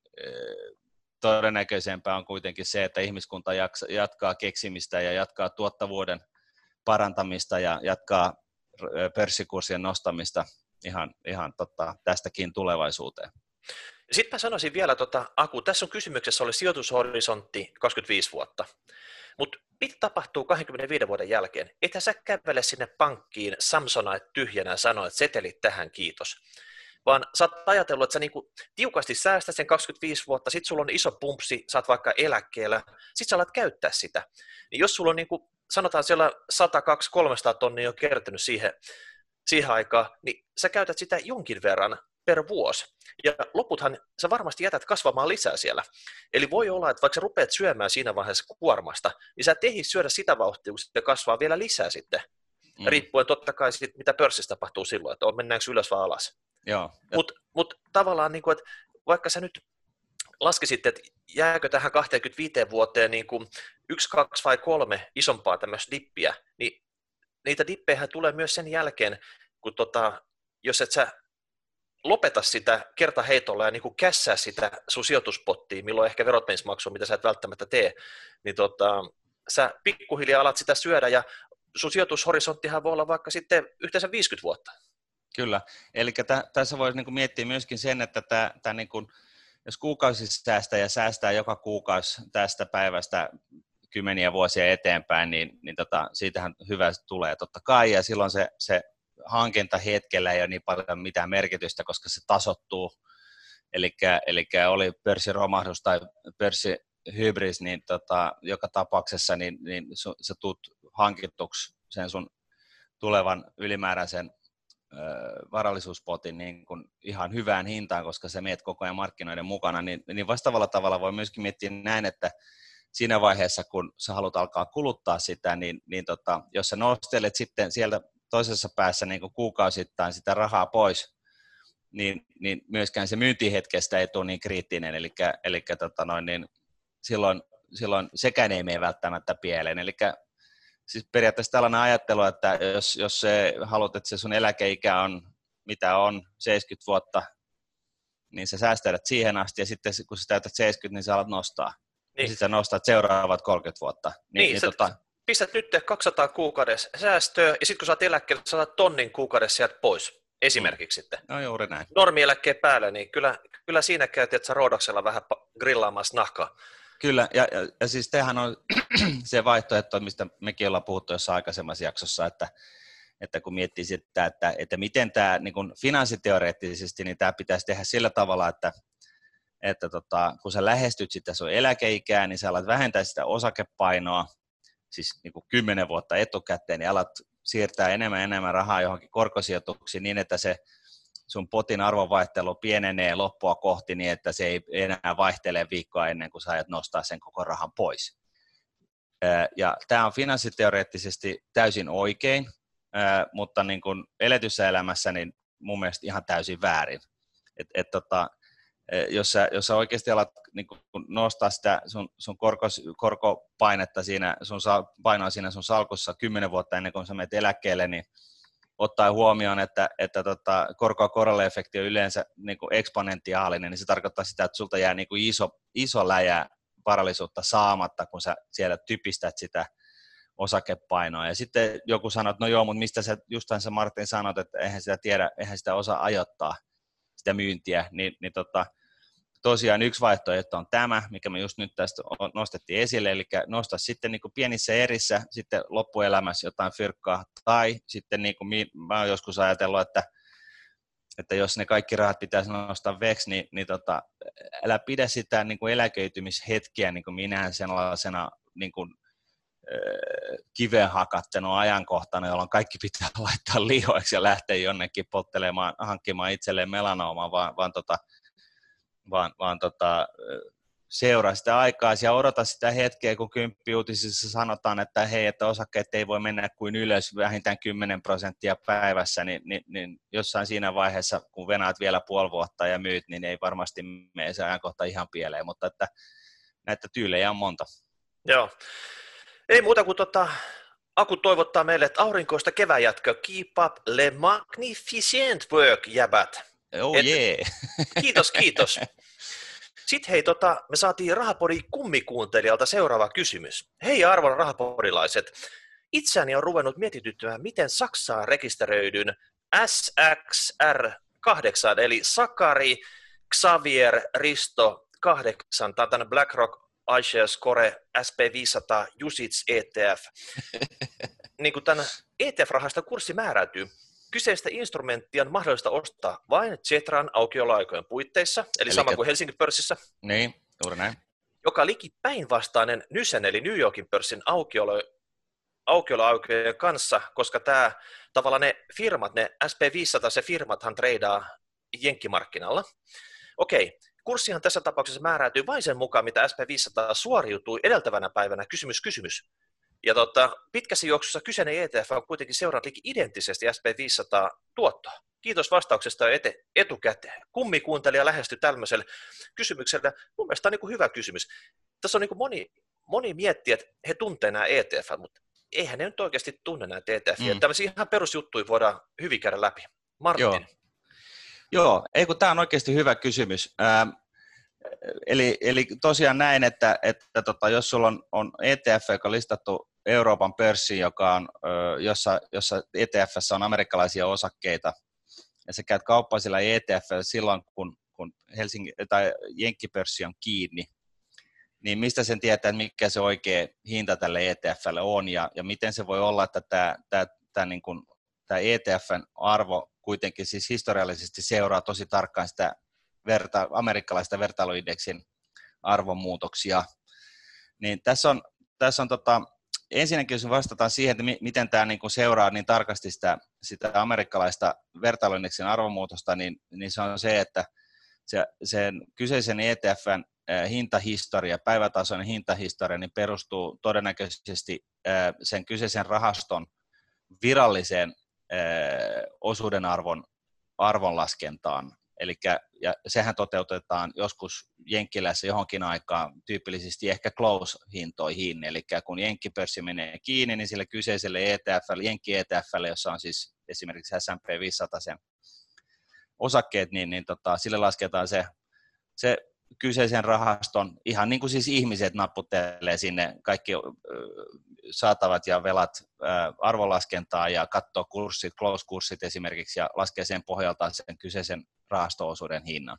todennäköisempää on kuitenkin se, että ihmiskunta jaksa, jatkaa keksimistä ja jatkaa tuottavuuden parantamista ja jatkaa pörssikurssien nostamista ihan, ihan tota, tästäkin tulevaisuuteen. Sitten mä sanoisin vielä, tota, Aku, tässä on kysymyksessä oli sijoitushorisontti kaksikymmentäviisi vuotta, mutta mitä tapahtuu kaksikymmentäviiden vuoden jälkeen? Ethän sä kävele sinne pankkiin Samsonite tyhjänä ja sano, että setelit tähän, kiitos. Vaan sä oot ajatellut, että sä niinku tiukasti säästät sen kaksikymmentäviisi vuotta, sit sulla on iso pumpsi, sä oot vaikka eläkkeellä, sit sä alat käyttää sitä. Niin jos sulla on niinku, sanotaan siellä sata, kaksisataa, kolmesataa tonnia jo kertynyt siihen, siihen aikaan, niin sä käytät sitä jonkin verran per vuosi. Ja loputhan sä varmasti jätät kasvamaan lisää siellä. Eli voi olla, että vaikka sä rupeat syömään siinä vaiheessa kuormasta, niin sä et ehdi syödä sitä vauhtia, kun se kasvaa vielä lisää sitten. Mm. Riippuen totta kai siitä, mitä pörssissä tapahtuu silloin, että on mennäänkö ylös vai alas. Mutta mut tavallaan, niin kuin, että vaikka sä nyt laskisit, että jääkö tähän kaksikymmentäviisi vuoteen niin kuin yksi, kaksi vai kolme isompaa tämmöistä dippiä, niin niitä dippejä tulee myös sen jälkeen, kun tota, jos et sä lopeta sitä kertaheitolla ja niin kuin kässää sitä sun sijoituspottia, milloin ehkä verot menis maksua, mitä sä et välttämättä tee, niin tota, sä pikkuhiljaa alat sitä syödä ja sun sijoitushorisonttihan voi olla vaikka sitten yhteensä viisikymmentä vuotta. Kyllä, eli tä, tässä voisi niin kuin miettiä myöskin sen, että tämä, tämä niin kuin, jos kuukausissa säästää ja säästää joka kuukausi tästä päivästä kymmeniä vuosia eteenpäin, niin, niin tota, siitähän hyvä tulee totta kai, ja silloin se, se hankintahetkellä ei ole niin paljon mitään merkitystä, koska se tasoittuu, eli, eli oli pörssiromahdus tai pörssihybris, niin tota, joka tapauksessa niin, niin su, sä tuut hankituksi sen sun tulevan ylimääräisen ö, varallisuuspotin niin kun ihan hyvään hintaan, koska sä meet koko ajan markkinoiden mukana, niin, niin vastaavalla tavalla voi myöskin miettiä näin, että siinä vaiheessa, kun sä haluat alkaa kuluttaa sitä, niin, niin tota, jos sä nostelet sitten sieltä toisessa päässä niin kuin kuukausittain sitä rahaa pois, niin, niin myöskään se myyntihetkestä ei tule niin kriittinen, eli, eli tota noin, niin silloin, silloin sekään ei mene välttämättä pieleen. Eli siis periaatteessa tällainen ajattelu, että jos, jos se, haluat, että se sun eläkeikä on, mitä on, seitsemänkymmentä vuotta, niin sä säästät siihen asti, ja sitten kun sä täytät seitsemänkymmentä, niin sä alat nostaa. Niin. Ja sitten sä nostat seuraavat kolmekymmentä vuotta. Niin, niin, niin sä tota... pistät nyt kaksisataa kuukaudessa säästöä, ja sitten kun sä oot eläkkeellä, sä otat tonnin kuukaudessa sieltä pois, esimerkiksi mm. sitten. No juuri näin. Normieläkkeen päälle, niin kyllä, kyllä siinä käytiin, että sä Roodoksella vähän grillaamassa nahkaa. Kyllä, ja, ja, ja siis tämähän on se vaihtoehto, mistä mekin ollaan puhuttu jossain aikaisemmassa jaksossa, että, että kun miettii sitä, että, että miten tämä niin kuin finanssiteoreettisesti, niin tämä pitäisi tehdä sillä tavalla, että että tota, kun sä lähestyt sitä sun eläkeikää, niin sä alat vähentää sitä osakepainoa, siis niin kuin kymmenen vuotta etukäteen, niin alat siirtää enemmän ja enemmän rahaa johonkin korkosijoituksiin niin, että se sun potin arvonvaihtelu pienenee loppua kohti niin, että se ei enää vaihtele viikkoa ennen kuin sä aiot nostaa sen koko rahan pois. Ja tämä on finanssiteoreettisesti täysin oikein, mutta niin kuin eletyssä elämässä niin mun mielestä ihan täysin väärin. Et, et tota, jos, sä, jos sä oikeasti alat niin kun nostaa sitä sun, sun korkos, korkopainetta siinä, sun painoa siinä sun salkussa kymmenen vuotta ennen kuin sä menet eläkkeelle, niin ottaen huomioon, että, että tota, korko- korolle-efekti on yleensä niin kuin eksponentiaalinen, niin se tarkoittaa sitä, että sulta jää niin kuin iso, iso läjä varallisuutta saamatta, kun sä siellä typistät sitä osakepainoa. Ja sitten joku sanoo, että no joo, mutta mistä sä, justhan sä Martin sanot, että eihän sitä tiedä, eihän sitä osaa ajoittaa sitä myyntiä, niin, niin tota, tosiaan yksi vaihtoehto on tämä, mikä me just nyt tästä nostettiin esille, eli nostaa sitten niin kuin pienissä erissä sitten loppuelämässä jotain fyrkkaa, tai sitten niin kuin mä oon joskus ajatellut, että, että jos ne kaikki rahat pitäisi nostaa veksi, niin, niin tota, älä pidä sitä niin kuin eläköitymishetkiä niin kuin minään sellaisena niin kuin, kiveen hakattena ajankohtana, jolloin kaikki pitää laittaa lihoiksi ja lähteä jonnekin polttelemaan, hankkimaan itselleen melanoomaa, vaan, vaan, tota, vaan, vaan tota, seuraa sitä aikaa ja odota sitä hetkeä, kun kymppiuutisissa sanotaan, että hei, että osakkeet ei voi mennä kuin ylös vähintään kymmenen prosenttia päivässä, niin, niin, niin jossain siinä vaiheessa, kun venaat vielä puoli vuotta ja myyt, niin ei varmasti mene se ajankohta ihan pieleen, mutta että näitä tyylejä on monta. Joo. Ei muuta kuin tota, Aku toivottaa meille, että aurinkoista keväjätkö, keep up le magnificent work, jäbät. Oh Et, yeah. Kiitos, kiitos. Sitten hei, tota, me saatiin Rahapodin kummikuuntelijalta seuraava kysymys. Hei arvon rahaporilaiset, itseäni on ruvennut mietityttämään, miten Saksaan rekisteröidyn S X R kahdeksan, eli Sakari Xavier Risto kahdeksan, tämä on tänne BlackRock iShares Core S P viisisataa Usits E T F. Niin kuin tämän E T F-rahasta kurssi määräytyy, kyseistä instrumenttia on mahdollista ostaa vain Zetran aukioloaikojen puitteissa, eli, eli sama kuin Helsingin pörssissä, niin, juuri näin, joka liki päinvastainen Nysen eli New Yorkin pörssin aukiolo, aukioloaikojen kanssa, koska tämä tavallaan ne firmat, ne S P viisisataa, se firmathan treidaa jenkkimarkkinalla. Okei. Kurssihan tässä tapauksessa määräytyy vain sen mukaan, mitä S P viisisataa suoriutui edeltävänä päivänä, kysymys, kysymys. Ja tota, pitkässä juoksussa kyseinen E T F on kuitenkin seurannut liki identtisesti S P viisisataa tuottoa. Kiitos vastauksesta ete, etukäteen. Kummikuuntelija lähestyi tämmöiselle kysymykselle. Mun mielestä on niin kuin hyvä kysymys. Tässä on niin kuin moni, moni miettii, että he tuntevat nämä E T F, mutta eihän ne nyt oikeasti tunne näitä E T F. Mm. Tällaisia ihan perusjuttuja voidaan hyvin käydä läpi. Martin. Joo. Joo, ei kun tämä on oikeasti hyvä kysymys. Ähm, eli, eli tosiaan näin, että, että tota, jos sulla on, on E T F, joka on listattu Euroopan pörssiin, joka on, ö, jossa, jossa E T F:ssä on amerikkalaisia osakkeita, ja sä käyt kauppaa sillä E T F silloin, kun, kun Helsingin tai Jenkkipörssi on kiinni, niin mistä sen tietää, että mikä se oikea hinta tälle E T F:lle on, ja, ja miten se voi olla, että tämä, tämä, tämä, niin kuin, tämä E T F:n arvo kuitenkin siis historiallisesti seuraa tosi tarkkaan sitä verta, amerikkalaista vertailuindeksin arvonmuutoksia. Niin tässä on, tässä on tota, ensinnäkin jos vastataan siihen, että mi, miten tämä niin kuin seuraa niin tarkasti sitä, sitä amerikkalaista vertailuindeksin arvonmuutosta, niin, niin se on se, että se, sen kyseisen E T F:n äh, hintahistoria, päivätasoinen hintahistoria, niin perustuu todennäköisesti äh, sen kyseisen rahaston viralliseen osuuden arvon arvonlaskentaan. Elikkä, ja sehän toteutetaan joskus Jenkkilässä johonkin aikaan tyypillisesti ehkä close-hintoihin, eli kun jenkkipörssi menee kiinni, niin sille kyseiselle E T F:lle, jenkki-E T F:lle, jossa on siis esimerkiksi S and P viisisataa sen osakkeet, niin, niin tota, sille lasketaan se, se kyseisen rahaston, ihan niin kuin siis ihmiset napputtelee sinne kaikki saatavat ja velat arvonlaskentaa ja katsoo kurssit, close-kurssit esimerkiksi ja laskee sen pohjalta sen kyseisen rahasto-osuuden hinnan.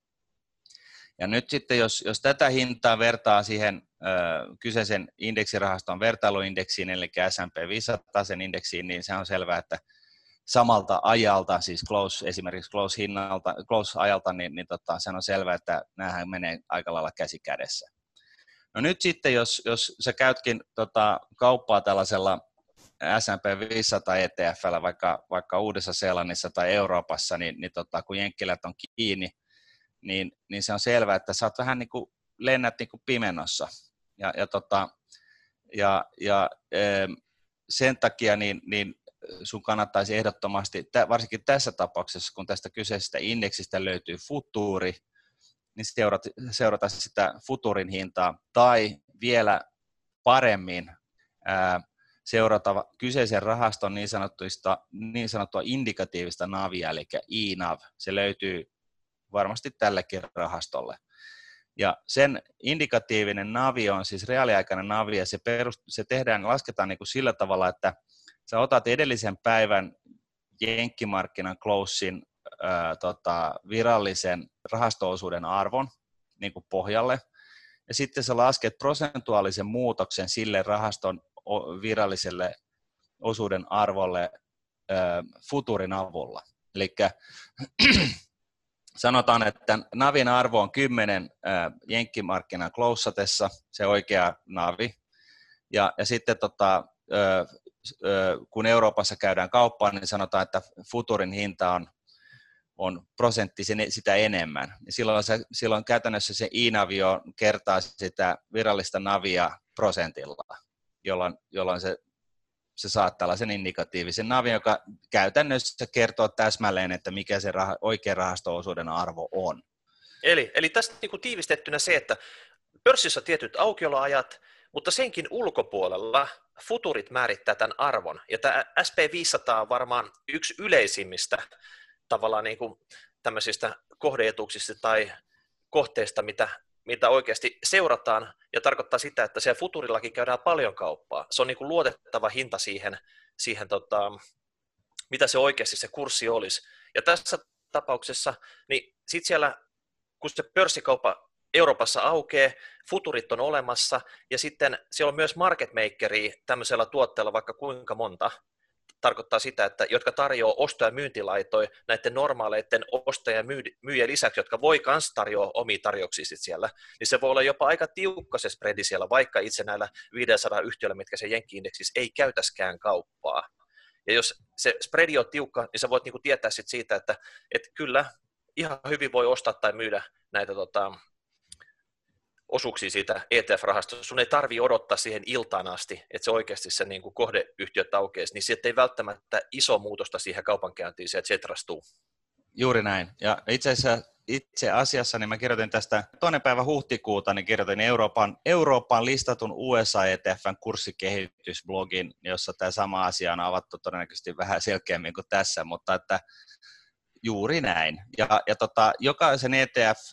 Ja nyt sitten, jos, jos tätä hintaa vertaa siihen ö, kyseisen indeksirahaston vertailuindeksiin, eli S and P viisisataa sen indeksiin, niin se on selvää, että samalta ajalta, siis close, esimerkiksi close-hinnalta, close-ajalta, niin, niin tota, se on selvää, että näähän menee aika lailla käsi kädessä. No nyt sitten, jos, jos sä käytkin tota, kauppaa tällaisella S and P viisisataa E T F:llä vaikka, vaikka Uudessa-Seelannissa tai Euroopassa, niin, niin tota, kun jenkkilät on kiinni, niin, niin se on selvää, että sä oot vähän niin kuin lennät niin kuin pimennossa. Ja, ja, tota, ja, ja e, sen takia niin, niin sun kannattaisi ehdottomasti, varsinkin tässä tapauksessa, kun tästä kyseisestä indeksistä löytyy futuuri, niin seurata, seurata sitä futurin hintaa, tai vielä paremmin ää, seurata kyseisen rahaston niin, niin sanottua indikatiivista navia, eli I N A V. Se löytyy varmasti tällekin rahastolle. Ja sen indikatiivinen navi on siis reaaliaikainen navi, ja se, perust, se tehdään, lasketaan niin kuin sillä tavalla, että sä otat edellisen päivän jenkkimarkkinan closein ää, tota, virallisen rahasto-osuuden arvon niin kuin pohjalle, ja sitten sä lasket prosentuaalisen muutoksen sille rahaston viralliselle osuuden arvolle ää, futurin avulla. Eli sanotaan, että navin arvo on kymmenen ää, jenkkimarkkinan closatessa, se oikea navi, ja, ja sitten tota, ää, kun Euroopassa käydään kauppaan, niin sanotaan, että futurin hinta on, on prosentti sitä enemmän. Ja silloin, se, silloin käytännössä se I-navio kertaa sitä virallista navia prosentilla, jolloin, jolloin se, se saattaa olla sen indikatiivisen navion, joka käytännössä kertoo täsmälleen, että mikä se rah, oikea rahasto-osuuden arvo on. Eli, eli tästä niin kuin tiivistettynä se, että pörssissä on tietyt aukioloajat, mutta senkin ulkopuolella futurit määrittää tämän arvon. Ja tämä S P viisisataa on varmaan yksi yleisimmistä tavallaan niin kuin tämmöisistä kohdeetuuksista tai kohteista, mitä, mitä oikeasti seurataan, ja tarkoittaa sitä, että siellä futurillakin käydään paljon kauppaa. Se on niin kuin luotettava hinta siihen, siihen tota, mitä se oikeasti se kurssi olisi. Ja tässä tapauksessa, niin sitten siellä, kun se pörssikauppa Euroopassa aukeaa, futurit on olemassa, ja sitten siellä on myös market makeria tämmöisellä tuotteella vaikka kuinka monta. Tarkoittaa sitä, että jotka tarjoaa osto- ja myyntilaitoja näiden normaaleiden osto- ja myyjien lisäksi, jotka voi myös tarjoaa omia tarjouksia siellä, niin se voi olla jopa aika tiukka se spreadi siellä, vaikka itse näillä viisisataa yhtiöillä, mitkä se jenkki-indeksissä ei käytäskään kauppaa. Ja jos se spreadi on tiukka, niin sä voit niinku tietää sit siitä, että et kyllä ihan hyvin voi ostaa tai myydä näitä tota, osuuksia siitä E T F-rahastosta. Sun ei tarvitse odottaa siihen iltaan asti, että se oikeasti se niin kuin kohdeyhtiöt aukeisi, niin sieltä ei välttämättä iso muutosta siihen kaupankäyntiin sieltä Zetrastuu. Juuri näin. Ja itse asiassa, itse asiassa niin mä kirjoitin tästä toinen päivä huhtikuuta, niin kirjoitin Euroopan, Euroopan listatun U S A E T F:n kurssikehitysblogin, jossa tämä sama asia on avattu todennäköisesti vähän selkeämmin kuin tässä, mutta että juuri näin. Ja, ja tota, jokaisen E T F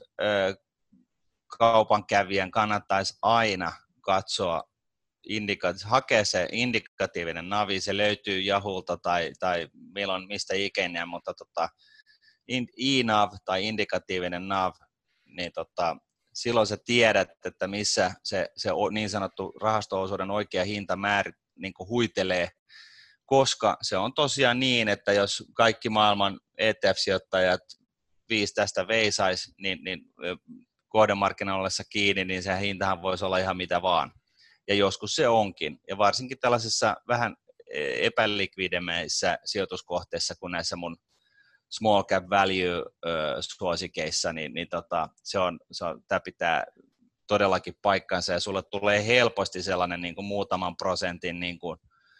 kaupankävijän kannattaisi aina katsoa, indika- hakea se indikatiivinen navi, se löytyy Yahulta tai, tai milloin mistä ikinä, mutta tota, I N A V tai indikatiivinen N A V, niin tota, silloin sä tiedät, että missä se, se niin sanottu rahasto-osuuden oikea hinta määr, niin kuin huitelee, koska se on tosiaan niin, että jos kaikki maailman E T F-sijoittajat viisi tästä veisaisi, niin, niin kohdemarkkinan ollessa kiinni, niin se hintahan voisi olla ihan mitä vaan. Ja joskus se onkin. Ja varsinkin tällaisessa vähän epälikvidemmissä sijoituskohteissa, kuin näissä mun small cap value-suosikeissa, niin, niin tota, se on, se on, tämä pitää todellakin paikkansa, ja sulle tulee helposti sellainen niin kuin muutaman prosentin niin kuin,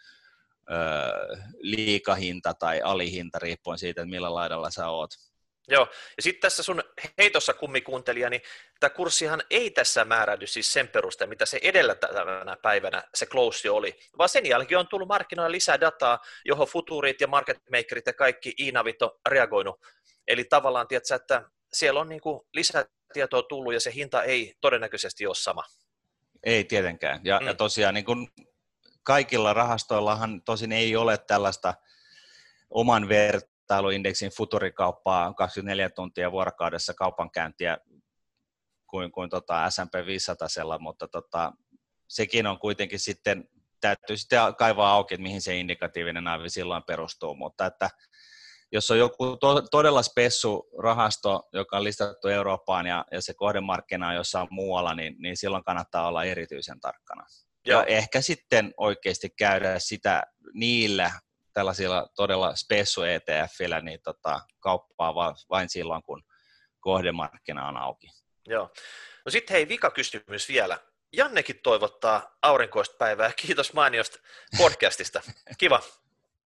ö, liikahinta tai alihinta, riippuen siitä, että millä laidalla sä oot. Joo, ja sitten tässä sun heitossa kummikuuntelija, niin tämä kurssihan ei tässä määräydy siis sen perusteella, mitä se edeltävänä päivänä se close oli, vaan sen jälkeen on tullut markkinoille lisää dataa, johon futurit ja market makerit ja kaikki I-navit on reagoinut. Eli tavallaan, tiedätkö, että siellä on niinku lisätietoa tullut ja se hinta ei todennäköisesti ole sama. Ei tietenkään, ja, mm. ja tosiaan niin kuin kaikilla rahastoillahan tosin ei ole tällaista oman verran indeksin futurikauppaa kaksikymmentäneljä tuntia vuorokaudessa kaupankäyntiä kuin, kuin tota S and P viisisatasella, mutta tota, sekin on kuitenkin sitten, täytyy sitten kaivaa auki, että mihin se indikatiivinen naivi silloin perustuu, mutta että jos on joku to, todella spessu rahasto, joka on listattu Eurooppaan ja, ja se kohdemarkkina on jossain muualla, niin, niin silloin kannattaa olla erityisen tarkkana. Joo. Ja ehkä sitten oikeasti käydä sitä niillä tällaisilla todella spessu E T F:illä niin tota, kauppaa vain silloin, kun kohdemarkkina on auki. Joo. No sitten hei, vika kysymys vielä. Jannekin toivottaa aurinkoista päivää. Kiitos mainiosta podcastista. Kiva.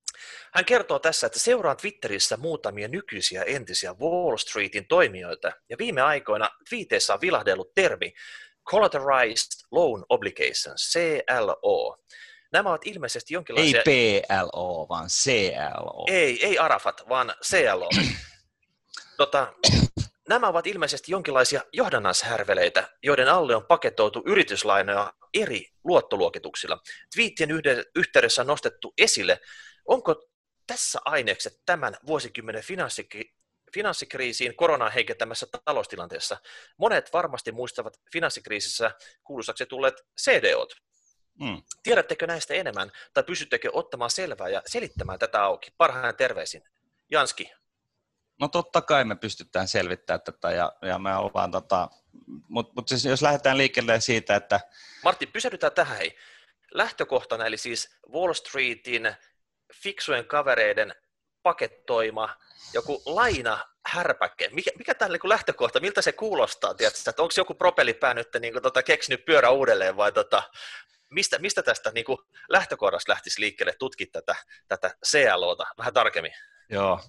Hän kertoo tässä, että seuraan Twitterissä muutamia nykyisiä entisiä Wall Streetin toimijoita, ja viime aikoina twiiteissä on vilahdellut termi Collateralized Loan Obligations, C L O. Nämä ovat ilmeisesti jonkinlaisia... Ei P L O, vaan C L O. Ei, ei Arafat, vaan C L O. Tota, nämä ovat ilmeisesti jonkinlaisia johdannaishärveleitä, joiden alle on paketoitu yrityslainoja eri luottoluokituksilla. Twiittien yhteydessä on nostettu esille, onko tässä ainekset tämän vuosikymmenen finanssikri- finanssikriisiin koronaan heikentämässä taloustilanteessa. Monet varmasti muistavat finanssikriisissä kuuluisaksi tulleet C D O:t. Mm. Tiedättekö näistä enemmän tai pysyttekö ottamaan selvää ja selittämään tätä auki? Parhaan terveisin. Janski. No totta kai me pystytään selvittämään tätä ja, ja me ollaan tota, mutta mut siis jos lähdetään liikkeelle siitä, että... Martti, pysähdytään tähän hei. Lähtökohtana eli siis Wall Streetin fiksujen kavereiden pakettoima joku laina härpäke. Mikä, mikä tämä niin lähtökohta, miltä se kuulostaa? Tiedätkö, että onko joku propellipää nyt niin kuin, tota, keksinyt pyörä uudelleen vai tota, mistä, mistä tästä niin kuin lähtökohdasta lähtisi liikkeelle tutkia tätä, tätä C L O:ta vähän tarkemmin? Joo.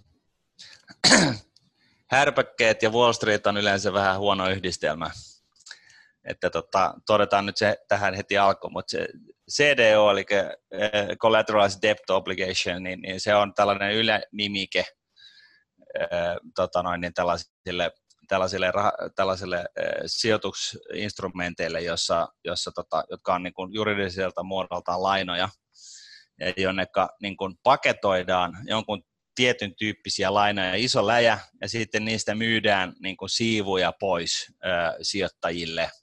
Härpäkkeet ja Wall Street on yleensä vähän huono yhdistelmä. Että tota, todetaan nyt se tähän heti alkuun, mutta se C D O, eli Collateralized Debt Obligation, niin, niin se on tällainen ylänimike ää, tota noin, niin tällaisille, tällaisille, rah, tällaisille ää, sijoitusinstrumenteille, jossa, jossa, tota, jotka on niin kuin juridiselta muodoltaan lainoja, ja jonneka niin kuin paketoidaan jonkun tietyn tyyppisiä lainoja, iso läjä, ja sitten niistä myydään niin kuin siivuja pois ää, sijoittajille.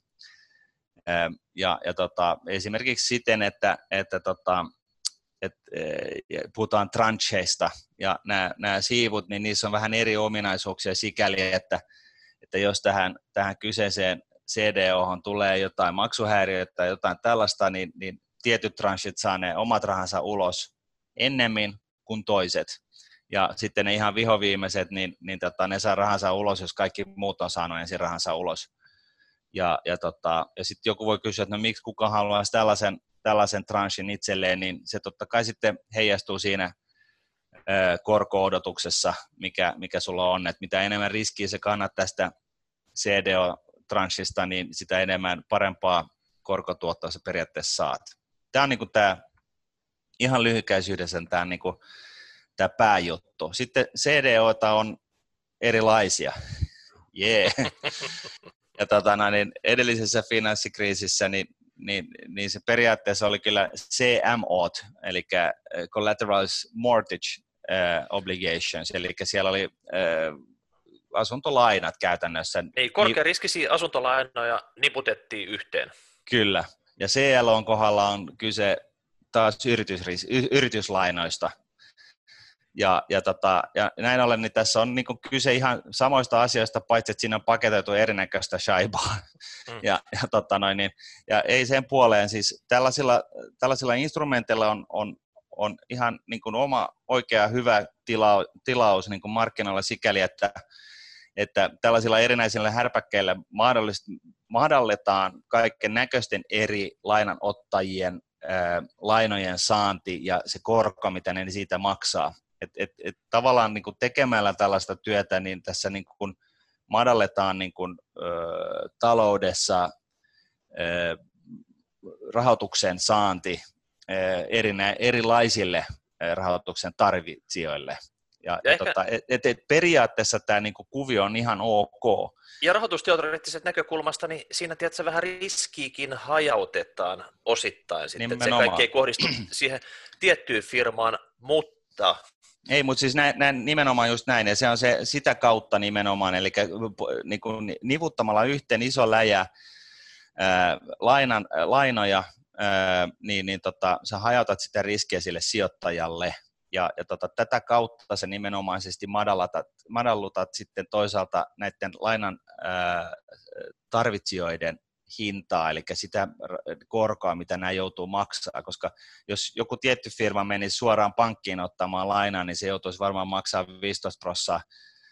Ja, ja tota, esimerkiksi siten, että, että, tota, että puhutaan trancheista, ja nämä, nämä siivut, niin niissä on vähän eri ominaisuuksia sikäli, että, että jos tähän, tähän kyseiseen C D O:hon tulee jotain maksuhäiriöitä tai jotain tällaista, niin, niin tietyt tranchit saa ne omat rahansa ulos ennemmin kuin toiset. Ja sitten ne ihan vihoviimeiset, niin, niin tota, ne saa rahansa ulos, jos kaikki muut on saanut ensin rahansa ulos. Ja, ja, tota, ja sitten joku voi kysyä, että no miksi kuka haluaisi tällaisen, tällaisen tranchen itselleen, niin se totta kai sitten heijastuu siinä ö, korko-odotuksessa, mikä, mikä sulla on, että mitä enemmän riskiä se kannat tästä C D O-tranchista, niin sitä enemmän parempaa korkotuottoa sä periaatteessa saat. Tämä on niin kuin tämä, ihan lyhykäisyydessä tämä, niin kuin, tämä pääjuttu. Sitten C D O:ta on erilaisia. Jee. Yeah. Ja tota, no, niin edellisessä finanssikriisissä niin, niin, niin se periaatteessa oli kyllä C M O, eli Collateralized Mortgage uh, Obligations, eli siellä oli uh, asuntolainat käytännössä. Ei, korkeariskisiä asuntolainoja niputettiin yhteen. Kyllä, ja C L O:n kohdalla on kyse taas yritysris, y, yrityslainoista. Ja, ja, tota, ja näin ollen niin tässä on niin kuin kyse ihan samoista asioista, paitsi että siinä on paketoitu erinäköistä shaibaa. Mm. Ja, ja, tota noin, niin, ja ei sen puoleen, siis tällaisilla, tällaisilla instrumenteilla on, on, on ihan niin kuin oma oikea hyvä tila, tilaus niin kuin markkinoilla sikäli, että, että tällaisilla erinäisillä härpäkkeillä mahdollistetaan kaiken näköisten eri lainanottajien ää, lainojen saanti ja se korko, mitä ne siitä maksaa. Et, et, et tavallaan niin kuin tekemällä tällaista työtä, niin tässä niin kuin madalletaan niin kuin, ö, taloudessa ö, rahoituksen saanti ö, erinä, erilaisille ö, rahoituksen tarvitsijoille. Ja, ja, ja tota, et, et periaatteessa tämä niin kuin kuvio on ihan ok. Ja rahoitusteoreettisesta näkökulmasta, niin siinä tiedätkö, vähän riskiikin hajautetaan osittain sitten, että se kaikki ei kohdistu siihen tiettyyn firmaan, mutta... Ei, mutta siis näin, näin, nimenomaan just näin, ja se on se, sitä kautta nimenomaan, eli niin kuin nivuttamalla yhteen iso läjä ää, lainan, lainoja, ää, niin, niin tota, sä hajautat sitä riskiä sille sijoittajalle, ja, ja tota, tätä kautta sä nimenomaisesti madallutat, madallutat sitten toisaalta näiden lainan ää, tarvitsijoiden hintaa, eli sitä korkoa, mitä nämä joutuu maksamaan, koska jos joku tietty firma menisi suoraan pankkiin ottamaan lainaa, niin se joutuisi varmaan maksaa viisitoista prosenttia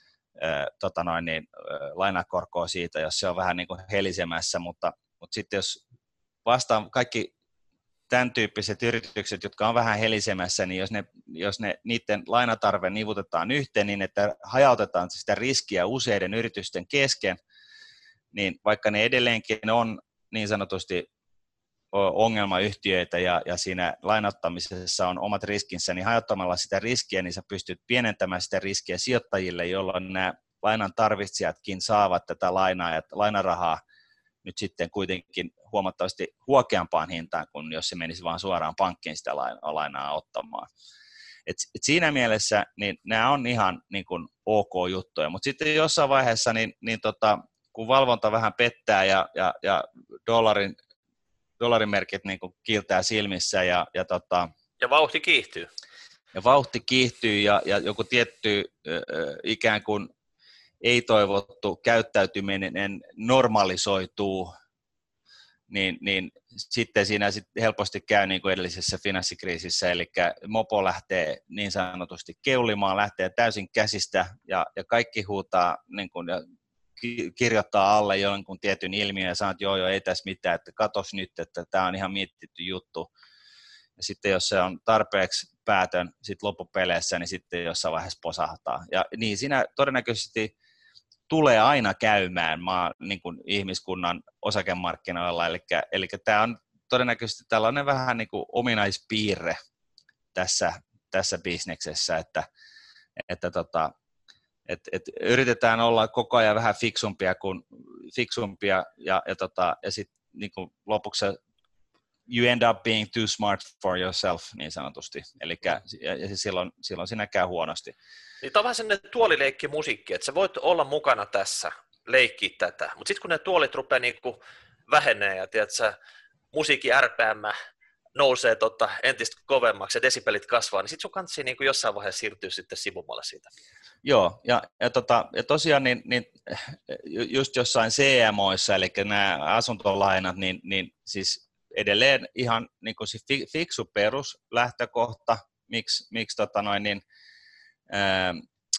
tota noin, niin, lainakorkoa siitä, jos se on vähän niin kuin helisemässä, mutta, mutta sitten jos vastaan kaikki tämän tyyppiset yritykset, jotka on vähän helisemässä, niin jos, ne, jos ne, niiden lainatarve nivutetaan yhteen, niin että hajautetaan sitä riskiä useiden yritysten kesken, niin vaikka ne edelleenkin on niin sanotusti ongelmayhtiöitä ja, ja siinä lainottamisessa on omat riskinsä, niin hajoittamalla sitä riskiä, niin sä pystyt pienentämään sitä riskiä sijoittajille, jolloin nämä lainan tarvitsijatkin saavat tätä lainaa ja lainarahaa nyt sitten kuitenkin huomattavasti huokeampaan hintaan, kuin jos se menisi vaan suoraan pankkiin sitä lainaa ottamaan. Et, et siinä mielessä niin nämä on ihan niin kuin ok juttuja, mutta sitten jossain vaiheessa, niin, niin tota, kun valvonta vähän pettää ja, ja, ja dollarin, dollarimerkit niin kuin kiiltää silmissä ja, ja, tota, ja vauhti kiihtyy. Ja vauhti kiihtyy ja, ja joku tietty ö, ikään kuin ei-toivottu käyttäytyminen normalisoituu, niin, niin sitten siinä sit helposti käy niin kuin edellisessä finanssikriisissä, eli mopo lähtee niin sanotusti keulimaan, lähtee täysin käsistä ja, ja kaikki huutaa niin kuin, ja kirjoittaa alle jonkun tietyn ilmiön ja sanoo, että joo, joo, ei tässä mitään, että katos nyt, että tämä on ihan mietitty juttu. Ja sitten jos se on tarpeeksi päätön sit loppupeleissä, niin sitten jossain vaiheessa posahtaa. Ja niin siinä todennäköisesti tulee aina käymään maa, niin kuin ihmiskunnan osakemarkkinoilla, eli, eli tämä on todennäköisesti tällainen vähän niin kuin ominaispiirre tässä, tässä bisneksessä, että, että tota, et, et yritetään olla koko ajan vähän fiksumpia, kuin, fiksumpia ja, ja, tota, ja sitten niin kuin lopuksi you end up being too smart for yourself, niin sanotusti, eli ja, ja silloin, silloin siinä käy huonosti. Niin tämä on vähän sellainen tuolileikki musiikki, että sä voit olla mukana tässä, leikkiä tätä, mutta sitten kun ne tuolit rupeaa niinku vähenee ja tiedät, sä, musiikin R P M nousee tota entistä kovemmaksi ja desibelit kasvaa, niin sitten sun kansi niinku jossain vaiheessa siirtyy sitten sivumalle siitä. Joo, ja, ja, tota, ja tosiaan niin, niin, just jossain C M Oissa, eli nämä asuntolainat, niin, niin siis edelleen ihan niin kuin se fiksu peruslähtökohta, miksi, miksi tota noin, niin, ää,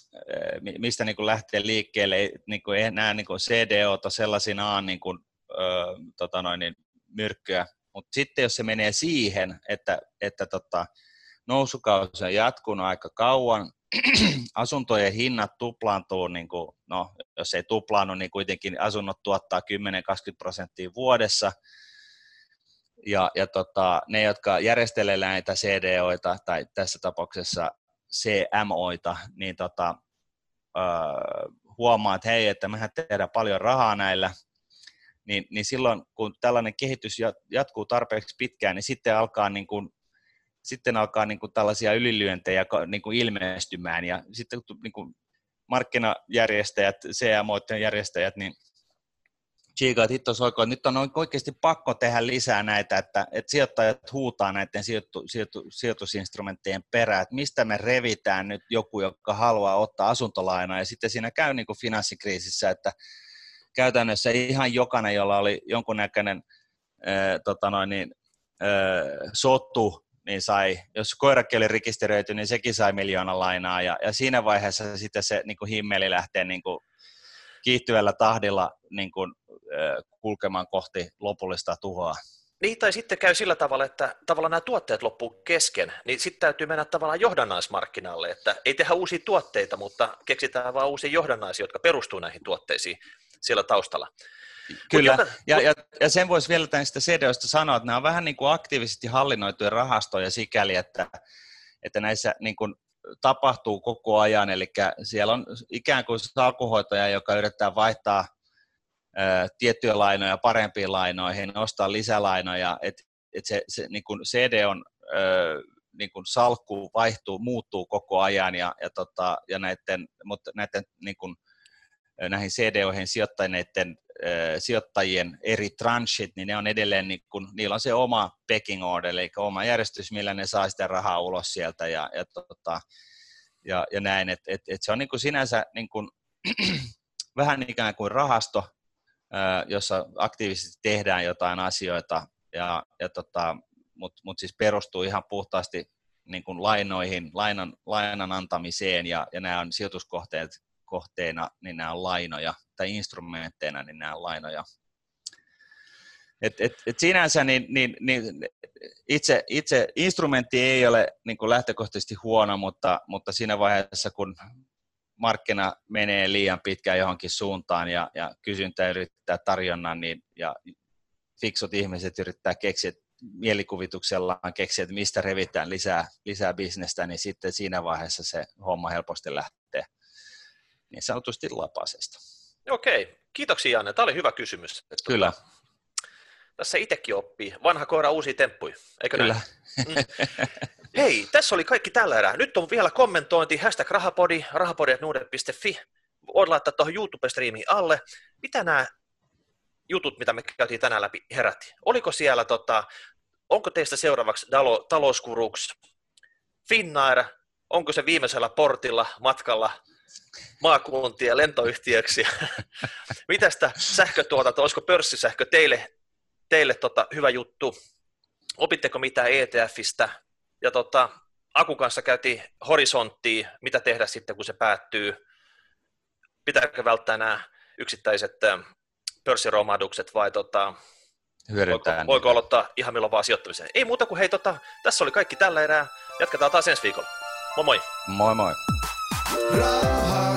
mistä niin kuin lähtee liikkeelle, niin kuin ei näe niin kuin C D O:ta sellaisinaan niin kuin, ää, tota noin, niin myrkkyä, mutta sitten jos se menee siihen, että, että tota, nousukausi on jatkunut aika kauan, asuntojen hinnat tuplaantuu, niin kuin, no jos ei tuplaannu, niin kuitenkin asunnot tuottaa kymmenen kaksikymmentä prosenttia vuodessa, ja, ja tota, ne, jotka järjestelee näitä C D O:ita, tai tässä tapauksessa C M O:ita, niin tota, äh, huomaa, että hei, että mehän tehdään paljon rahaa näillä, niin, niin silloin kun tällainen kehitys jatkuu tarpeeksi pitkään, niin sitten alkaa niin kuin sitten alkaa niin kuin tällaisia ylilyöntejä niin kuin ilmestymään, ja sitten niin kuin markkinajärjestäjät, C M O:iden järjestäjät, niin tsiikaa, että hitto soiko, nyt on oikeasti pakko tehdä lisää näitä, että, että sijoittajat huutaa näiden sijoitu, sijoitu, sijoitusinstrumenttien perään, että mistä me revitään nyt joku, joka haluaa ottaa asuntolainaa, ja sitten siinä käy niin kuin finanssikriisissä, että käytännössä ihan jokainen, jolla oli jonkunnäköinen ää, tota noin, niin, ää, sotu, niin sai, jos koirakin oli rekisteröity, niin sekin sai miljoonan lainaa, ja, ja siinä vaiheessa sitten se niin kuin himmeli lähtee niin kuin kiihtyvällä tahdilla niin kuin, äh, kulkemaan kohti lopullista tuhoa. Niin, tai sitten käy sillä tavalla, että tavallaan nämä tuotteet loppuu kesken, niin sitten täytyy mennä tavallaan johdannaismarkkinalle, että ei tehdä uusia tuotteita, mutta keksitään vaan uusia johdannaisia, jotka perustuu näihin tuotteisiin siellä taustalla. Kyllä, joka, ja, ja, ja sen voisi vielä näistä C D O:ista sanoa, että nämä on vähän niin kuin aktiivisesti hallinnoituja rahastoja sikäli, että, että näissä niin kuin tapahtuu koko ajan, eli siellä on ikään kuin salkuhoitaja, joka yrittää vaihtaa ä, tiettyjä lainoja parempiin lainoihin, ostaa lisälainoja, että et se, se niin kuin C D on ä, niin kuin salkku vaihtuu, muuttuu koko ajan, ja, ja, tota, ja näiden, mutta näiden niin kuin, näihin C D O:ihin sijoittaneiden sijoittajien eri tranchit, niin ne on edelleen, niin kun, niillä on se oma pecking order, eli oma järjestys, millä ne saa sitä rahaa ulos sieltä ja, ja, tota, ja, ja näin, että et, et se on niin kuin sinänsä niin kuin, vähän ikään kuin rahasto, jossa aktiivisesti tehdään jotain asioita, ja, ja tota, mutta mut siis perustuu ihan puhtaasti niin kuin lainoihin, lainan, lainan antamiseen, ja, ja nämä on sijoituskohteet kohteena, niin nämä on lainoja, tai instrumentteina, niin nämä on lainoja. Et, et, et sinänsä niin, niin, niin itse, itse instrumentti ei ole niin kuin lähtökohtaisesti huono, mutta, mutta siinä vaiheessa, kun markkina menee liian pitkään johonkin suuntaan ja, ja kysyntä yrittää tarjonnan, niin, ja fiksut ihmiset yrittää keksiä mielikuvituksellaan keksiä, että mistä revitään lisää, lisää bisnestä, niin sitten siinä vaiheessa se homma helposti lähtee niin sanotusti lapasesta. Okei, kiitoksia Janne. Tämä oli hyvä kysymys. Että Kyllä. Tuota, tässä itsekin oppii. Vanha koira uusia temppuja, eikö Kyllä. näin? Mm. Hei, tässä oli kaikki tällä erää. Nyt on vielä kommentointi, hashtag rahapodi, rahapodi at nordnet piste fi. Voit laittaa tuohon YouTube-striimiin alle. Mitä nämä jutut, mitä me käytiin tänään läpi, herätti? Oliko siellä, tota, onko teistä seuraavaksi talo, talouskuruksi Finnair? Onko se viimeisellä portilla matkalla maakuntien lentoyhtiöksi? Mitäs tämä sähkötuotanto, olisiko pörssisähkö teille, teille tota, hyvä juttu? Opitteko mitään E T F:istä? Ja tota, Akun kanssa käytiin horisonttia, mitä tehdä sitten, kun se päättyy? Pitääkö välttää nämä yksittäiset pörssiromahdukset vai tota, voiko, voiko aloittaa ihan milloin vaan sijoittamiseen? Ei muuta kuin hei, tota, tässä oli kaikki tällä erää. Jatketaan taas ensi viikolla. Moi moi! Moi moi! Raha.